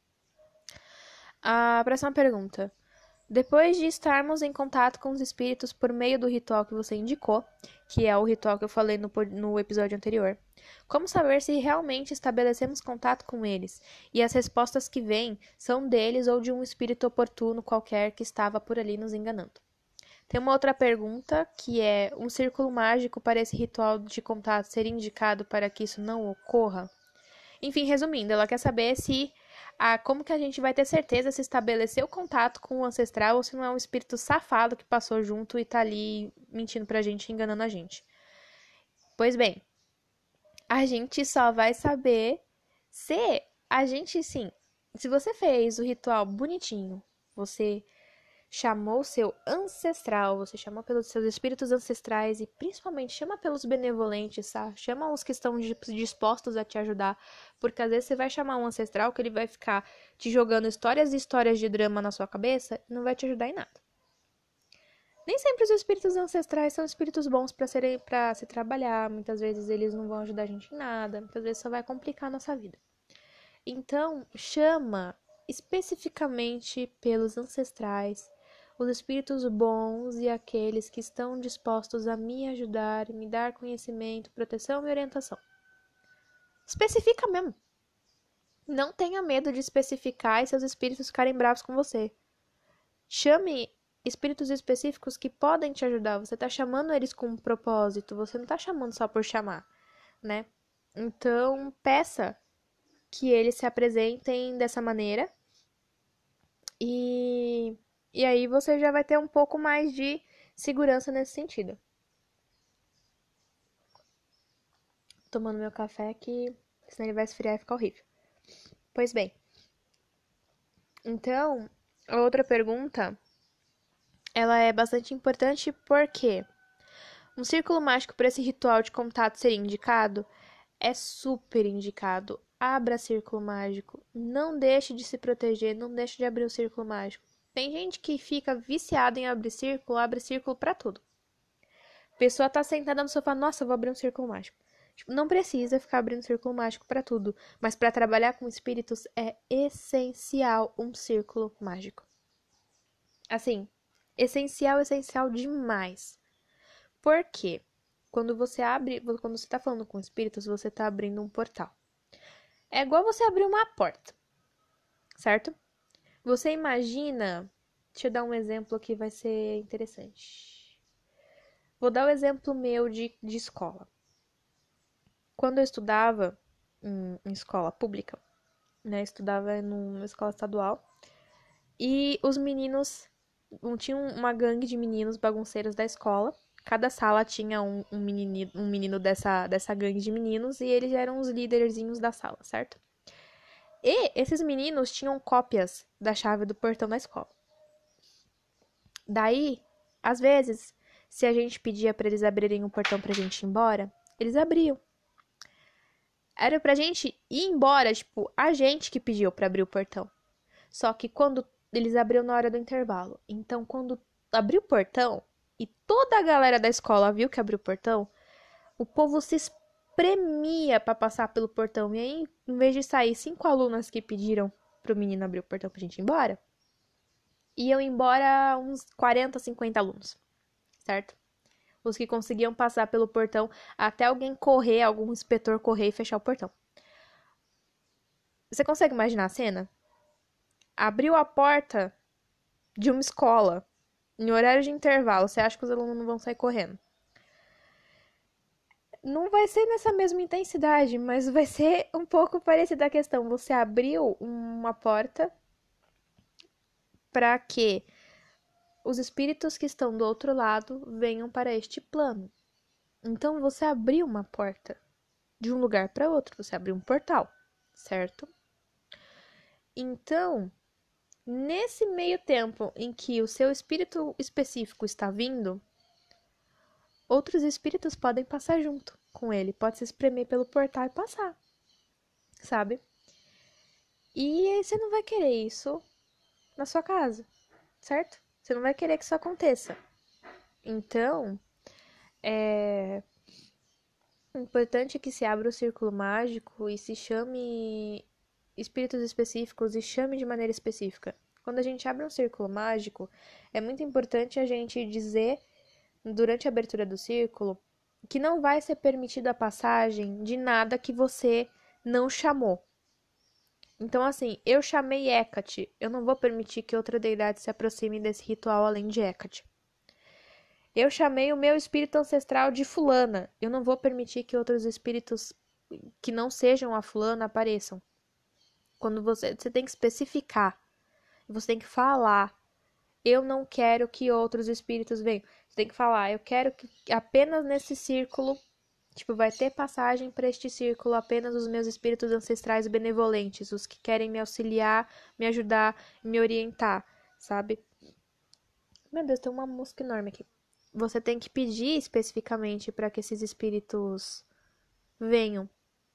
A próxima pergunta. Depois de estarmos em contato com os espíritos por meio do ritual que você indicou, que é o ritual que eu falei no, no episódio anterior, como saber se realmente estabelecemos contato com eles e as respostas que vêm são deles ou de um espírito oportuno qualquer que estava por ali nos enganando? Tem uma outra pergunta que é: um círculo mágico para esse ritual de contato ser indicado para que isso não ocorra? Enfim, resumindo, ela quer saber se ah, como que a gente vai ter certeza se estabeleceu contato com o ancestral ou se não é um espírito safado que passou junto e tá ali mentindo pra gente, enganando a gente. Pois bem, a gente só vai saber se a gente, sim, se você fez o ritual bonitinho, você chamou seu ancestral, você chamou pelos seus espíritos ancestrais e principalmente chama pelos benevolentes, tá? Chama os que estão dispostos a te ajudar, porque às vezes você vai chamar um ancestral que ele vai ficar te jogando histórias e histórias de drama na sua cabeça e não vai te ajudar em nada. Nem sempre os espíritos ancestrais são espíritos bons para serem para se trabalhar, muitas vezes eles não vão ajudar a gente em nada, muitas vezes só vai complicar a nossa vida. Então, chama especificamente pelos ancestrais, os espíritos bons e aqueles que estão dispostos a me ajudar, me dar conhecimento, proteção e orientação. Especifica mesmo. Não tenha medo de especificar e seus espíritos ficarem bravos com você. Chame espíritos específicos que podem te ajudar. Você está chamando eles com um propósito, você não está chamando só por chamar, né? Então, peça que eles se apresentem dessa maneira e E aí você já vai ter um pouco mais de segurança nesse sentido. Tomando meu café que senão ele vai esfriar e ficar horrível. Pois bem. Então, a outra pergunta, ela é bastante importante porque um círculo mágico para esse ritual de contato ser indicado é super indicado. Abra círculo mágico. Não deixe de se proteger, não deixe de abrir o círculo mágico. Tem gente que fica viciada em abrir círculo, abre círculo pra tudo. A pessoa tá sentada no sofá, nossa, vou abrir um círculo mágico. Tipo, não precisa ficar abrindo círculo mágico pra tudo, mas pra trabalhar com espíritos é essencial um círculo mágico. Assim, essencial, essencial demais. Por quê? Quando você abre, quando você tá falando com espíritos, você tá abrindo um portal. É igual você abrir uma porta, certo? Você imagina. Deixa eu dar um exemplo que vai ser interessante. Vou dar o exemplo meu de, de escola. Quando eu estudava em, em escola pública, né? Estudava numa escola estadual. E os meninos. Tinha uma gangue de meninos bagunceiros da escola. Cada sala tinha um, um menino, um menino dessa, dessa gangue de meninos e eles eram os líderzinhos da sala, certo? E esses meninos tinham cópias da chave do portão da escola. Daí, às vezes, se a gente pedia pra eles abrirem o portão pra gente ir embora, eles abriam. Era pra gente ir embora, tipo, a gente que pediu pra abrir o portão. Só que quando eles abriam na hora do intervalo. Então, quando abriu o portão e toda a galera da escola viu que abriu o portão, o povo se espremia pra passar pelo portão. E aí, em vez de sair cinco alunas que pediram pro menino abrir o portão pra gente ir embora, iam embora uns quarenta, cinquenta alunos, certo? Os que conseguiam passar pelo portão até alguém correr, algum inspetor correr e fechar o portão. Você consegue imaginar a cena? Abriu a porta de uma escola em horário de intervalo. Você acha que os alunos não vão sair correndo? Não vai ser nessa mesma intensidade, mas vai ser um pouco parecida a questão. Você abriu uma porta para que os espíritos que estão do outro lado venham para este plano. Então você abriu uma porta de um lugar para outro, você abriu um portal, certo? Então, nesse meio tempo em que o seu espírito específico está vindo, outros espíritos podem passar junto com ele, pode se espremer pelo portal e passar, sabe? E aí você não vai querer isso na sua casa, certo? Você não vai querer que isso aconteça. Então, é importante que se abra o círculo mágico e se chame espíritos específicos e chame de maneira específica. Quando a gente abre um círculo mágico, é muito importante a gente dizer, durante a abertura do círculo, que não vai ser permitida a passagem de nada que você não chamou. Então, assim, eu chamei Hecate, eu não vou permitir que outra deidade se aproxime desse ritual além de Hecate. Eu chamei o meu espírito ancestral de fulana, eu não vou permitir que outros espíritos que não sejam a fulana apareçam. Quando você, você tem que especificar, você tem que falar. Eu não quero que outros espíritos venham. Você tem que falar, eu quero que apenas nesse círculo, tipo, vai ter passagem para este círculo apenas os meus espíritos ancestrais benevolentes, os que querem me auxiliar, me ajudar, me orientar, sabe? Meu Deus, tem uma mosca enorme aqui. Você tem que pedir especificamente para que esses espíritos venham.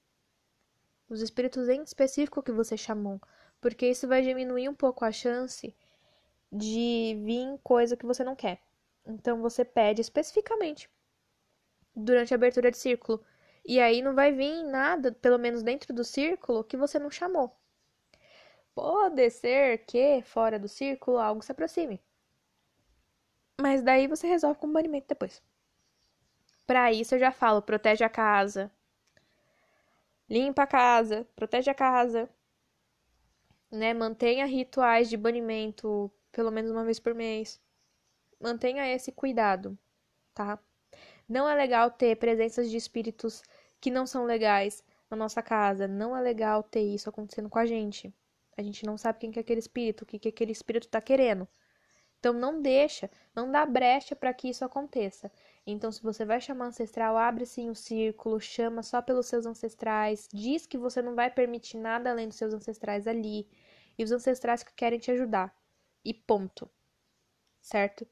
Os espíritos em específico que você chamou, porque isso vai diminuir um pouco a chance de vir coisa que você não quer. Então você pede especificamente durante a abertura de círculo. E aí não vai vir nada, pelo menos dentro do círculo, que você não chamou. Pode ser que fora do círculo algo se aproxime. Mas daí você resolve com banimento depois. Para isso eu já falo, protege a casa. Limpa a casa, protege a casa. Né? Mantenha rituais de banimento pelo menos uma vez por mês. Mantenha esse cuidado, tá? Não é legal ter presenças de espíritos que não são legais na nossa casa. Não é legal ter isso acontecendo com a gente. A gente não sabe quem que é aquele espírito, o que que aquele espírito tá querendo. Então não deixa, não dá brecha para que isso aconteça. Então, se você vai chamar ancestral, abre sim o círculo, chama só pelos seus ancestrais, diz que você não vai permitir nada além dos seus ancestrais ali, e os ancestrais que querem te ajudar. E ponto. Certo?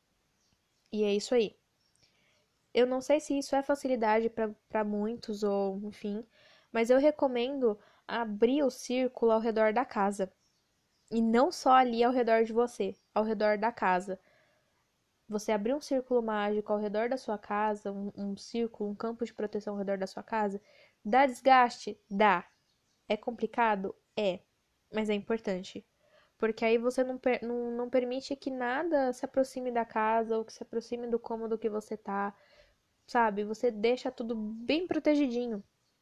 E é isso aí. Eu não sei se isso é facilidade para muitos ou, enfim, mas eu recomendo abrir o círculo ao redor da casa. E não só ali ao redor de você, ao redor da casa. Você abrir um círculo mágico ao redor da sua casa, um, um círculo, um campo de proteção ao redor da sua casa, dá desgaste? Dá. É complicado? É. Mas é importante. Porque aí você não, per não, não permite que nada se aproxime da casa ou que se aproxime do cômodo que você tá. Sabe? Você deixa tudo bem protegidinho.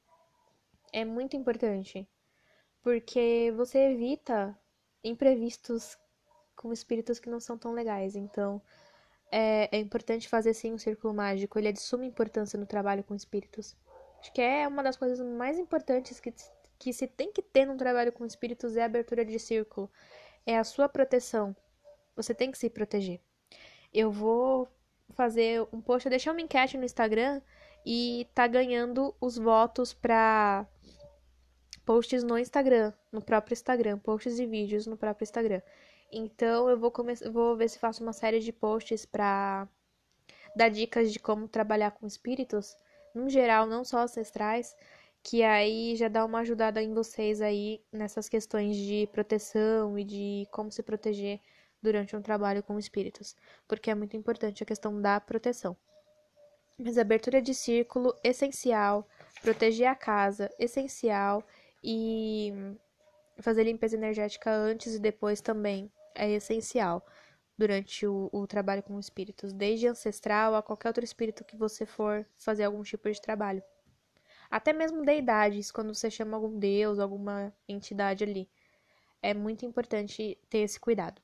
É muito importante. Porque você evita imprevistos com espíritos que não são tão legais. Então, é, é importante fazer sim um círculo mágico. Ele é de suma importância no trabalho com espíritos. Acho que é uma das coisas mais importantes que, que se tem que ter num trabalho com espíritos é a abertura de círculo. É a sua proteção. Você tem que se proteger. Eu vou fazer um post, eu deixei uma enquete no Instagram e tá ganhando os votos pra posts no Instagram, no próprio Instagram, posts e vídeos no próprio Instagram. Então eu vou começar, vou ver se faço uma série de posts pra dar dicas de como trabalhar com espíritos, no geral, não só ancestrais, que aí já dá uma ajudada em vocês aí nessas questões de proteção e de como se proteger durante um trabalho com espíritos, porque é muito importante a questão da proteção. Mas abertura de círculo, essencial, proteger a casa, essencial, e fazer limpeza energética antes e depois também é essencial durante o, o trabalho com espíritos, desde ancestral a qualquer outro espírito que você for fazer algum tipo de trabalho. Até mesmo deidades, quando você chama algum deus, alguma entidade ali. É muito importante ter esse cuidado.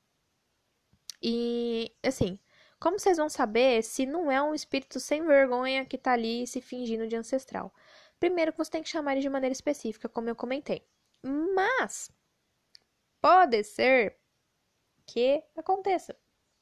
E, assim, como vocês vão saber se não é um espírito sem vergonha que tá ali se fingindo de ancestral? Primeiro que você tem que chamar ele de maneira específica, como eu comentei. Mas pode ser que aconteça.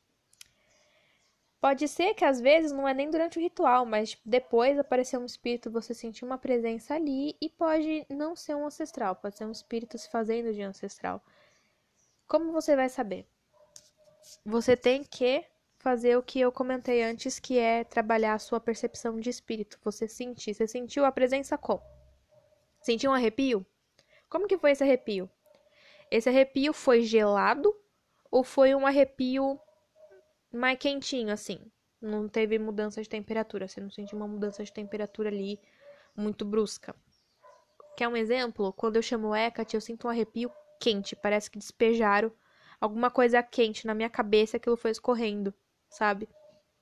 Pode ser que às vezes não é nem durante o ritual, mas tipo, depois aparecer um espírito, você sentir uma presença ali e pode não ser um ancestral, pode ser um espírito se fazendo de ancestral. Como você vai saber? Você tem que fazer o que eu comentei antes, que é trabalhar a sua percepção de espírito. Você sentir, você sentiu a presença como? Sentiu um arrepio? Como que foi esse arrepio? Esse arrepio foi gelado ou foi um arrepio mais quentinho, assim? Não teve mudança de temperatura, você não sentiu uma mudança de temperatura ali muito brusca. Quer um exemplo? Quando eu chamo Hecate, eu sinto um arrepio quente, parece que despejaram alguma coisa quente na minha cabeça, aquilo foi escorrendo, sabe?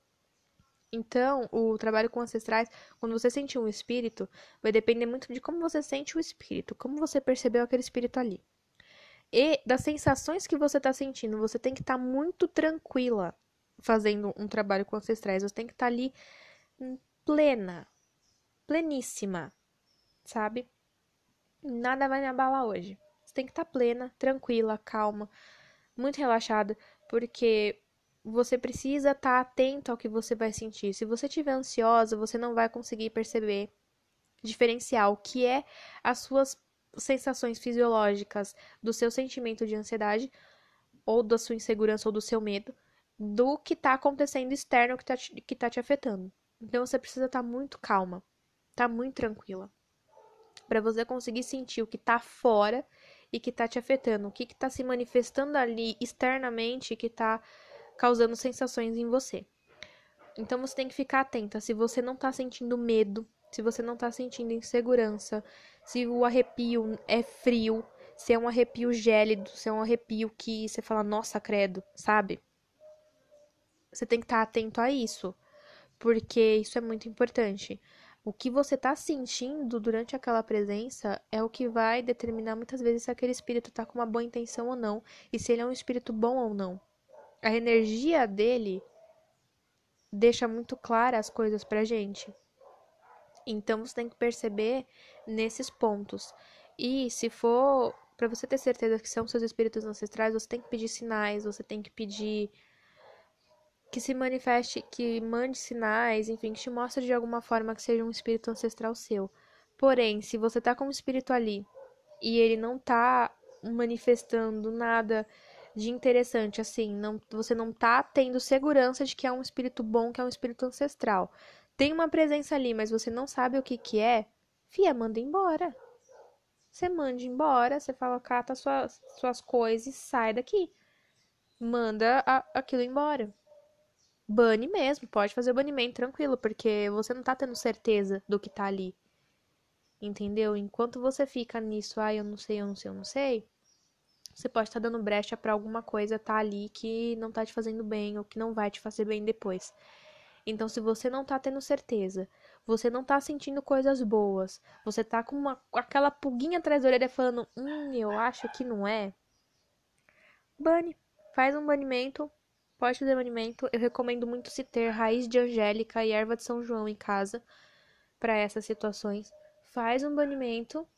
Então, o trabalho com ancestrais, quando você sentir um espírito, vai depender muito de como você sente o espírito, como você percebeu aquele espírito ali. E das sensações que você está sentindo, você tem que estar tá muito tranquila fazendo um trabalho com ancestrais. Você tem que estar tá ali plena, pleníssima, sabe? Nada vai me abalar hoje. Você tem que estar tá plena, tranquila, calma, muito relaxada, porque você precisa estar tá atento ao que você vai sentir. Se você estiver ansiosa, você não vai conseguir perceber, diferenciar o que é as suas sensações fisiológicas do seu sentimento de ansiedade ou da sua insegurança ou do seu medo do que está acontecendo externo que está te, que tá te afetando. Então você precisa estar tá muito calma, tá muito tranquila, para você conseguir sentir o que está fora e que está te afetando, o que está se manifestando ali externamente que está causando sensações em você. Então você tem que ficar atenta se você não está sentindo medo, se você não está sentindo insegurança, se o arrepio é frio, se é um arrepio gélido, se é um arrepio que você fala, nossa, credo, sabe? Você tem que estar atento a isso, porque isso é muito importante. O que você está sentindo durante aquela presença é o que vai determinar muitas vezes se aquele espírito está com uma boa intenção ou não, e se ele é um espírito bom ou não. A energia dele deixa muito clara as coisas pra gente. Então você tem que perceber nesses pontos. E se for para você ter certeza que são seus espíritos ancestrais, você tem que pedir sinais, você tem que pedir que se manifeste, que mande sinais, enfim, que te mostre de alguma forma que seja um espírito ancestral seu. Porém, se você tá com um espírito ali e ele não tá manifestando nada de interessante, assim, não, você não tá tendo segurança de que é um espírito bom, que é um espírito ancestral. Tem uma presença ali, mas você não sabe o que que é, fia, manda embora. Você manda embora, você fala, cata suas, suas coisas e sai daqui. Manda a, aquilo embora. Bane mesmo, pode fazer o banimento tranquilo, porque você não tá tendo certeza do que tá ali. Entendeu? Enquanto você fica nisso, ah, eu não sei, eu não sei, eu não sei, você pode estar dando brecha pra alguma coisa tá ali que não tá te fazendo bem ou que não vai te fazer bem depois. Então, se você não tá tendo certeza, você não tá sentindo coisas boas, você tá com uma, aquela pulguinha atrás da orelha falando, hum, eu acho que não é, bane. Faz um banimento, pode fazer banimento. Eu recomendo muito se ter raiz de angélica e erva de São João em casa para essas situações. Faz um banimento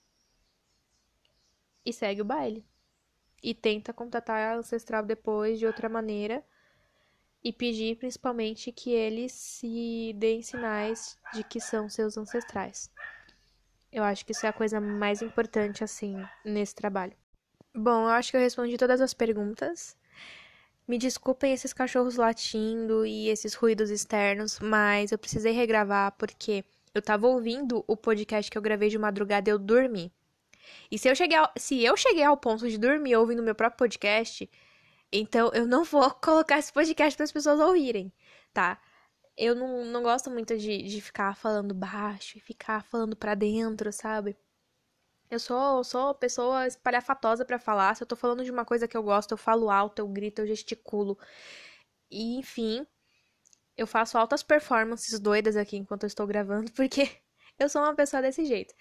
e segue o baile. E tenta contatar a ancestral depois de outra maneira e pedir principalmente que eles se deem sinais de que são seus ancestrais. Eu acho que isso é a coisa mais importante, assim, nesse trabalho. Bom, eu acho que eu respondi todas as perguntas. Me desculpem esses cachorros latindo e esses ruídos externos, mas eu precisei regravar porque eu tava ouvindo o podcast que eu gravei de madrugada e eu dormi. E se eu cheguei ao, se eu cheguei ao ponto de dormir ouvindo meu próprio podcast, então eu não vou colocar esse podcast para as pessoas ouvirem, tá? Eu não, não gosto muito de, de ficar falando baixo e ficar falando pra dentro, sabe? Eu sou, sou pessoa espalhafatosa pra falar. Se eu tô falando de uma coisa que eu gosto, eu falo alto, eu grito, eu gesticulo. E, enfim, eu faço altas performances doidas aqui enquanto eu estou gravando, porque eu sou uma pessoa desse jeito.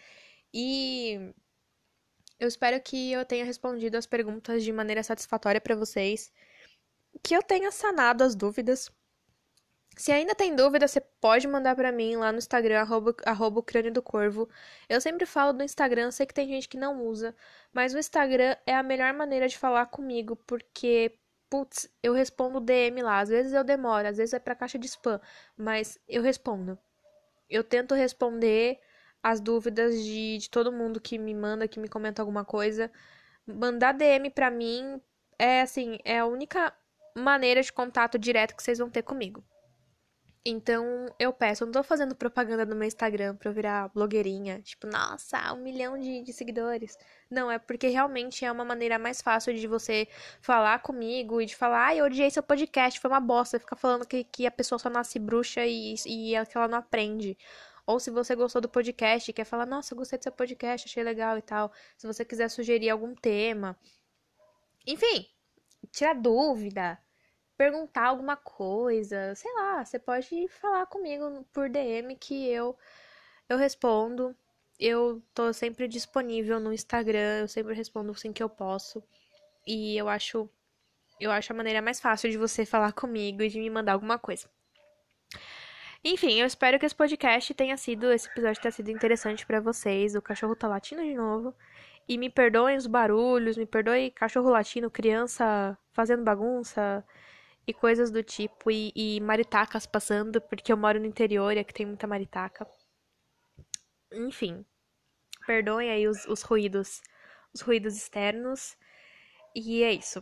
E eu espero que eu tenha respondido as perguntas de maneira satisfatória pra vocês, que eu tenha sanado as dúvidas. Se ainda tem dúvida, você pode mandar pra mim lá no Instagram, arroba, arroba o crânio do corvo. Eu sempre falo do Instagram, sei que tem gente que não usa, mas o Instagram é a melhor maneira de falar comigo, porque, putz, eu respondo D M lá. Às vezes eu demoro, às vezes é pra caixa de spam, mas eu respondo. Eu tento responder as dúvidas de, de todo mundo que me manda, que me comenta alguma coisa. Mandar D M pra mim é, assim, é a única maneira de contato direto que vocês vão ter comigo. Então, eu peço, eu não tô fazendo propaganda no meu Instagram pra eu virar blogueirinha, tipo, nossa, um milhão de, de seguidores. Não, é porque realmente é uma maneira mais fácil de você falar comigo e de falar, ai, eu odiei seu podcast, foi uma bosta, ficar falando que, que a pessoa só nasce bruxa e, e é que ela não aprende. Ou se você gostou do podcast e quer falar, nossa, eu gostei do seu podcast, achei legal e tal. Se você quiser sugerir algum tema. Enfim, tirar dúvida, perguntar alguma coisa, sei lá, você pode falar comigo por D M que eu eu respondo. Eu tô sempre disponível no Instagram, eu sempre respondo assim que eu posso. E eu acho eu acho a maneira mais fácil de você falar comigo e de me mandar alguma coisa. Enfim, eu espero que esse podcast tenha sido, esse episódio tenha sido interessante pra vocês. O cachorro tá latindo de novo. E me perdoem os barulhos, me perdoe cachorro latindo, criança fazendo bagunça e coisas do tipo, e, e maritacas passando, porque eu moro no interior e aqui tem muita maritaca. Enfim, perdoem aí os, os ruídos, os ruídos externos. E é isso.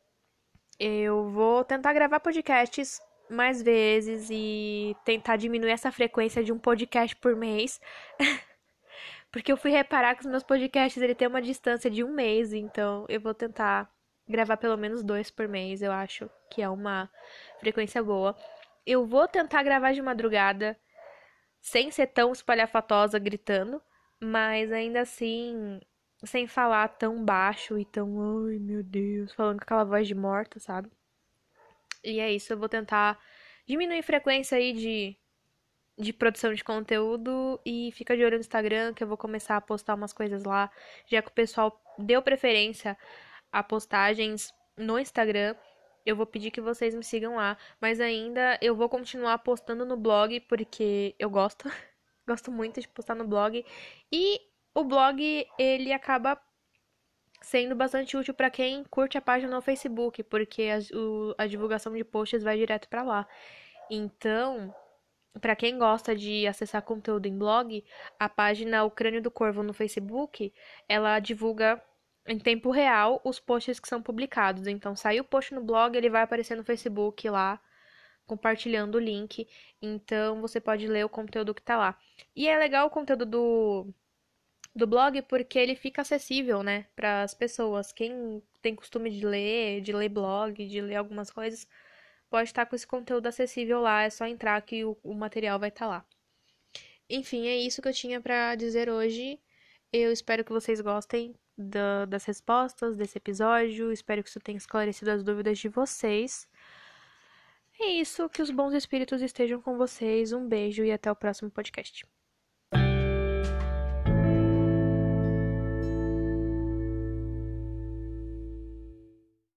Eu vou tentar gravar podcasts mais vezes e tentar diminuir essa frequência de um podcast por mês. Porque eu fui reparar que os meus podcasts ele tem uma distância de um mês, então eu vou tentar gravar pelo menos dois por mês, eu acho que é uma frequência boa. Eu vou tentar gravar de madrugada, sem ser tão espalhafatosa gritando, mas ainda assim, sem falar tão baixo e tão, ai meu Deus, falando com aquela voz de morta, sabe? E é isso, eu vou tentar diminuir a frequência aí de, de produção de conteúdo e fica de olho no Instagram que eu vou começar a postar umas coisas lá, já que o pessoal deu preferência a postagens no Instagram. Eu vou pedir que vocês me sigam lá, mas ainda eu vou continuar postando no blog porque eu gosto, gosto muito de postar no blog e o blog ele acaba sendo bastante útil para quem curte a página no Facebook, porque a, o- a divulgação de posts vai direto para lá. Então, para quem gosta de acessar conteúdo em blog, a página O Crânio do Corvo no Facebook, ela divulga em tempo real os posts que são publicados. Então, saiu o post no blog, ele vai aparecer no Facebook lá, compartilhando o link. Então, você pode ler o conteúdo que tá lá. E é legal o conteúdo do, do blog porque ele fica acessível, né, para as pessoas. Quem tem costume de ler, de ler blog, de ler algumas coisas, pode estar com esse conteúdo acessível lá, é só entrar que o, o material vai estar lá. Enfim, é isso que eu tinha pra dizer hoje. Eu espero que vocês gostem da- das respostas desse episódio. Espero que isso tenha esclarecido as dúvidas de vocês. É isso, que os bons espíritos estejam com vocês. Um beijo e até o próximo podcast.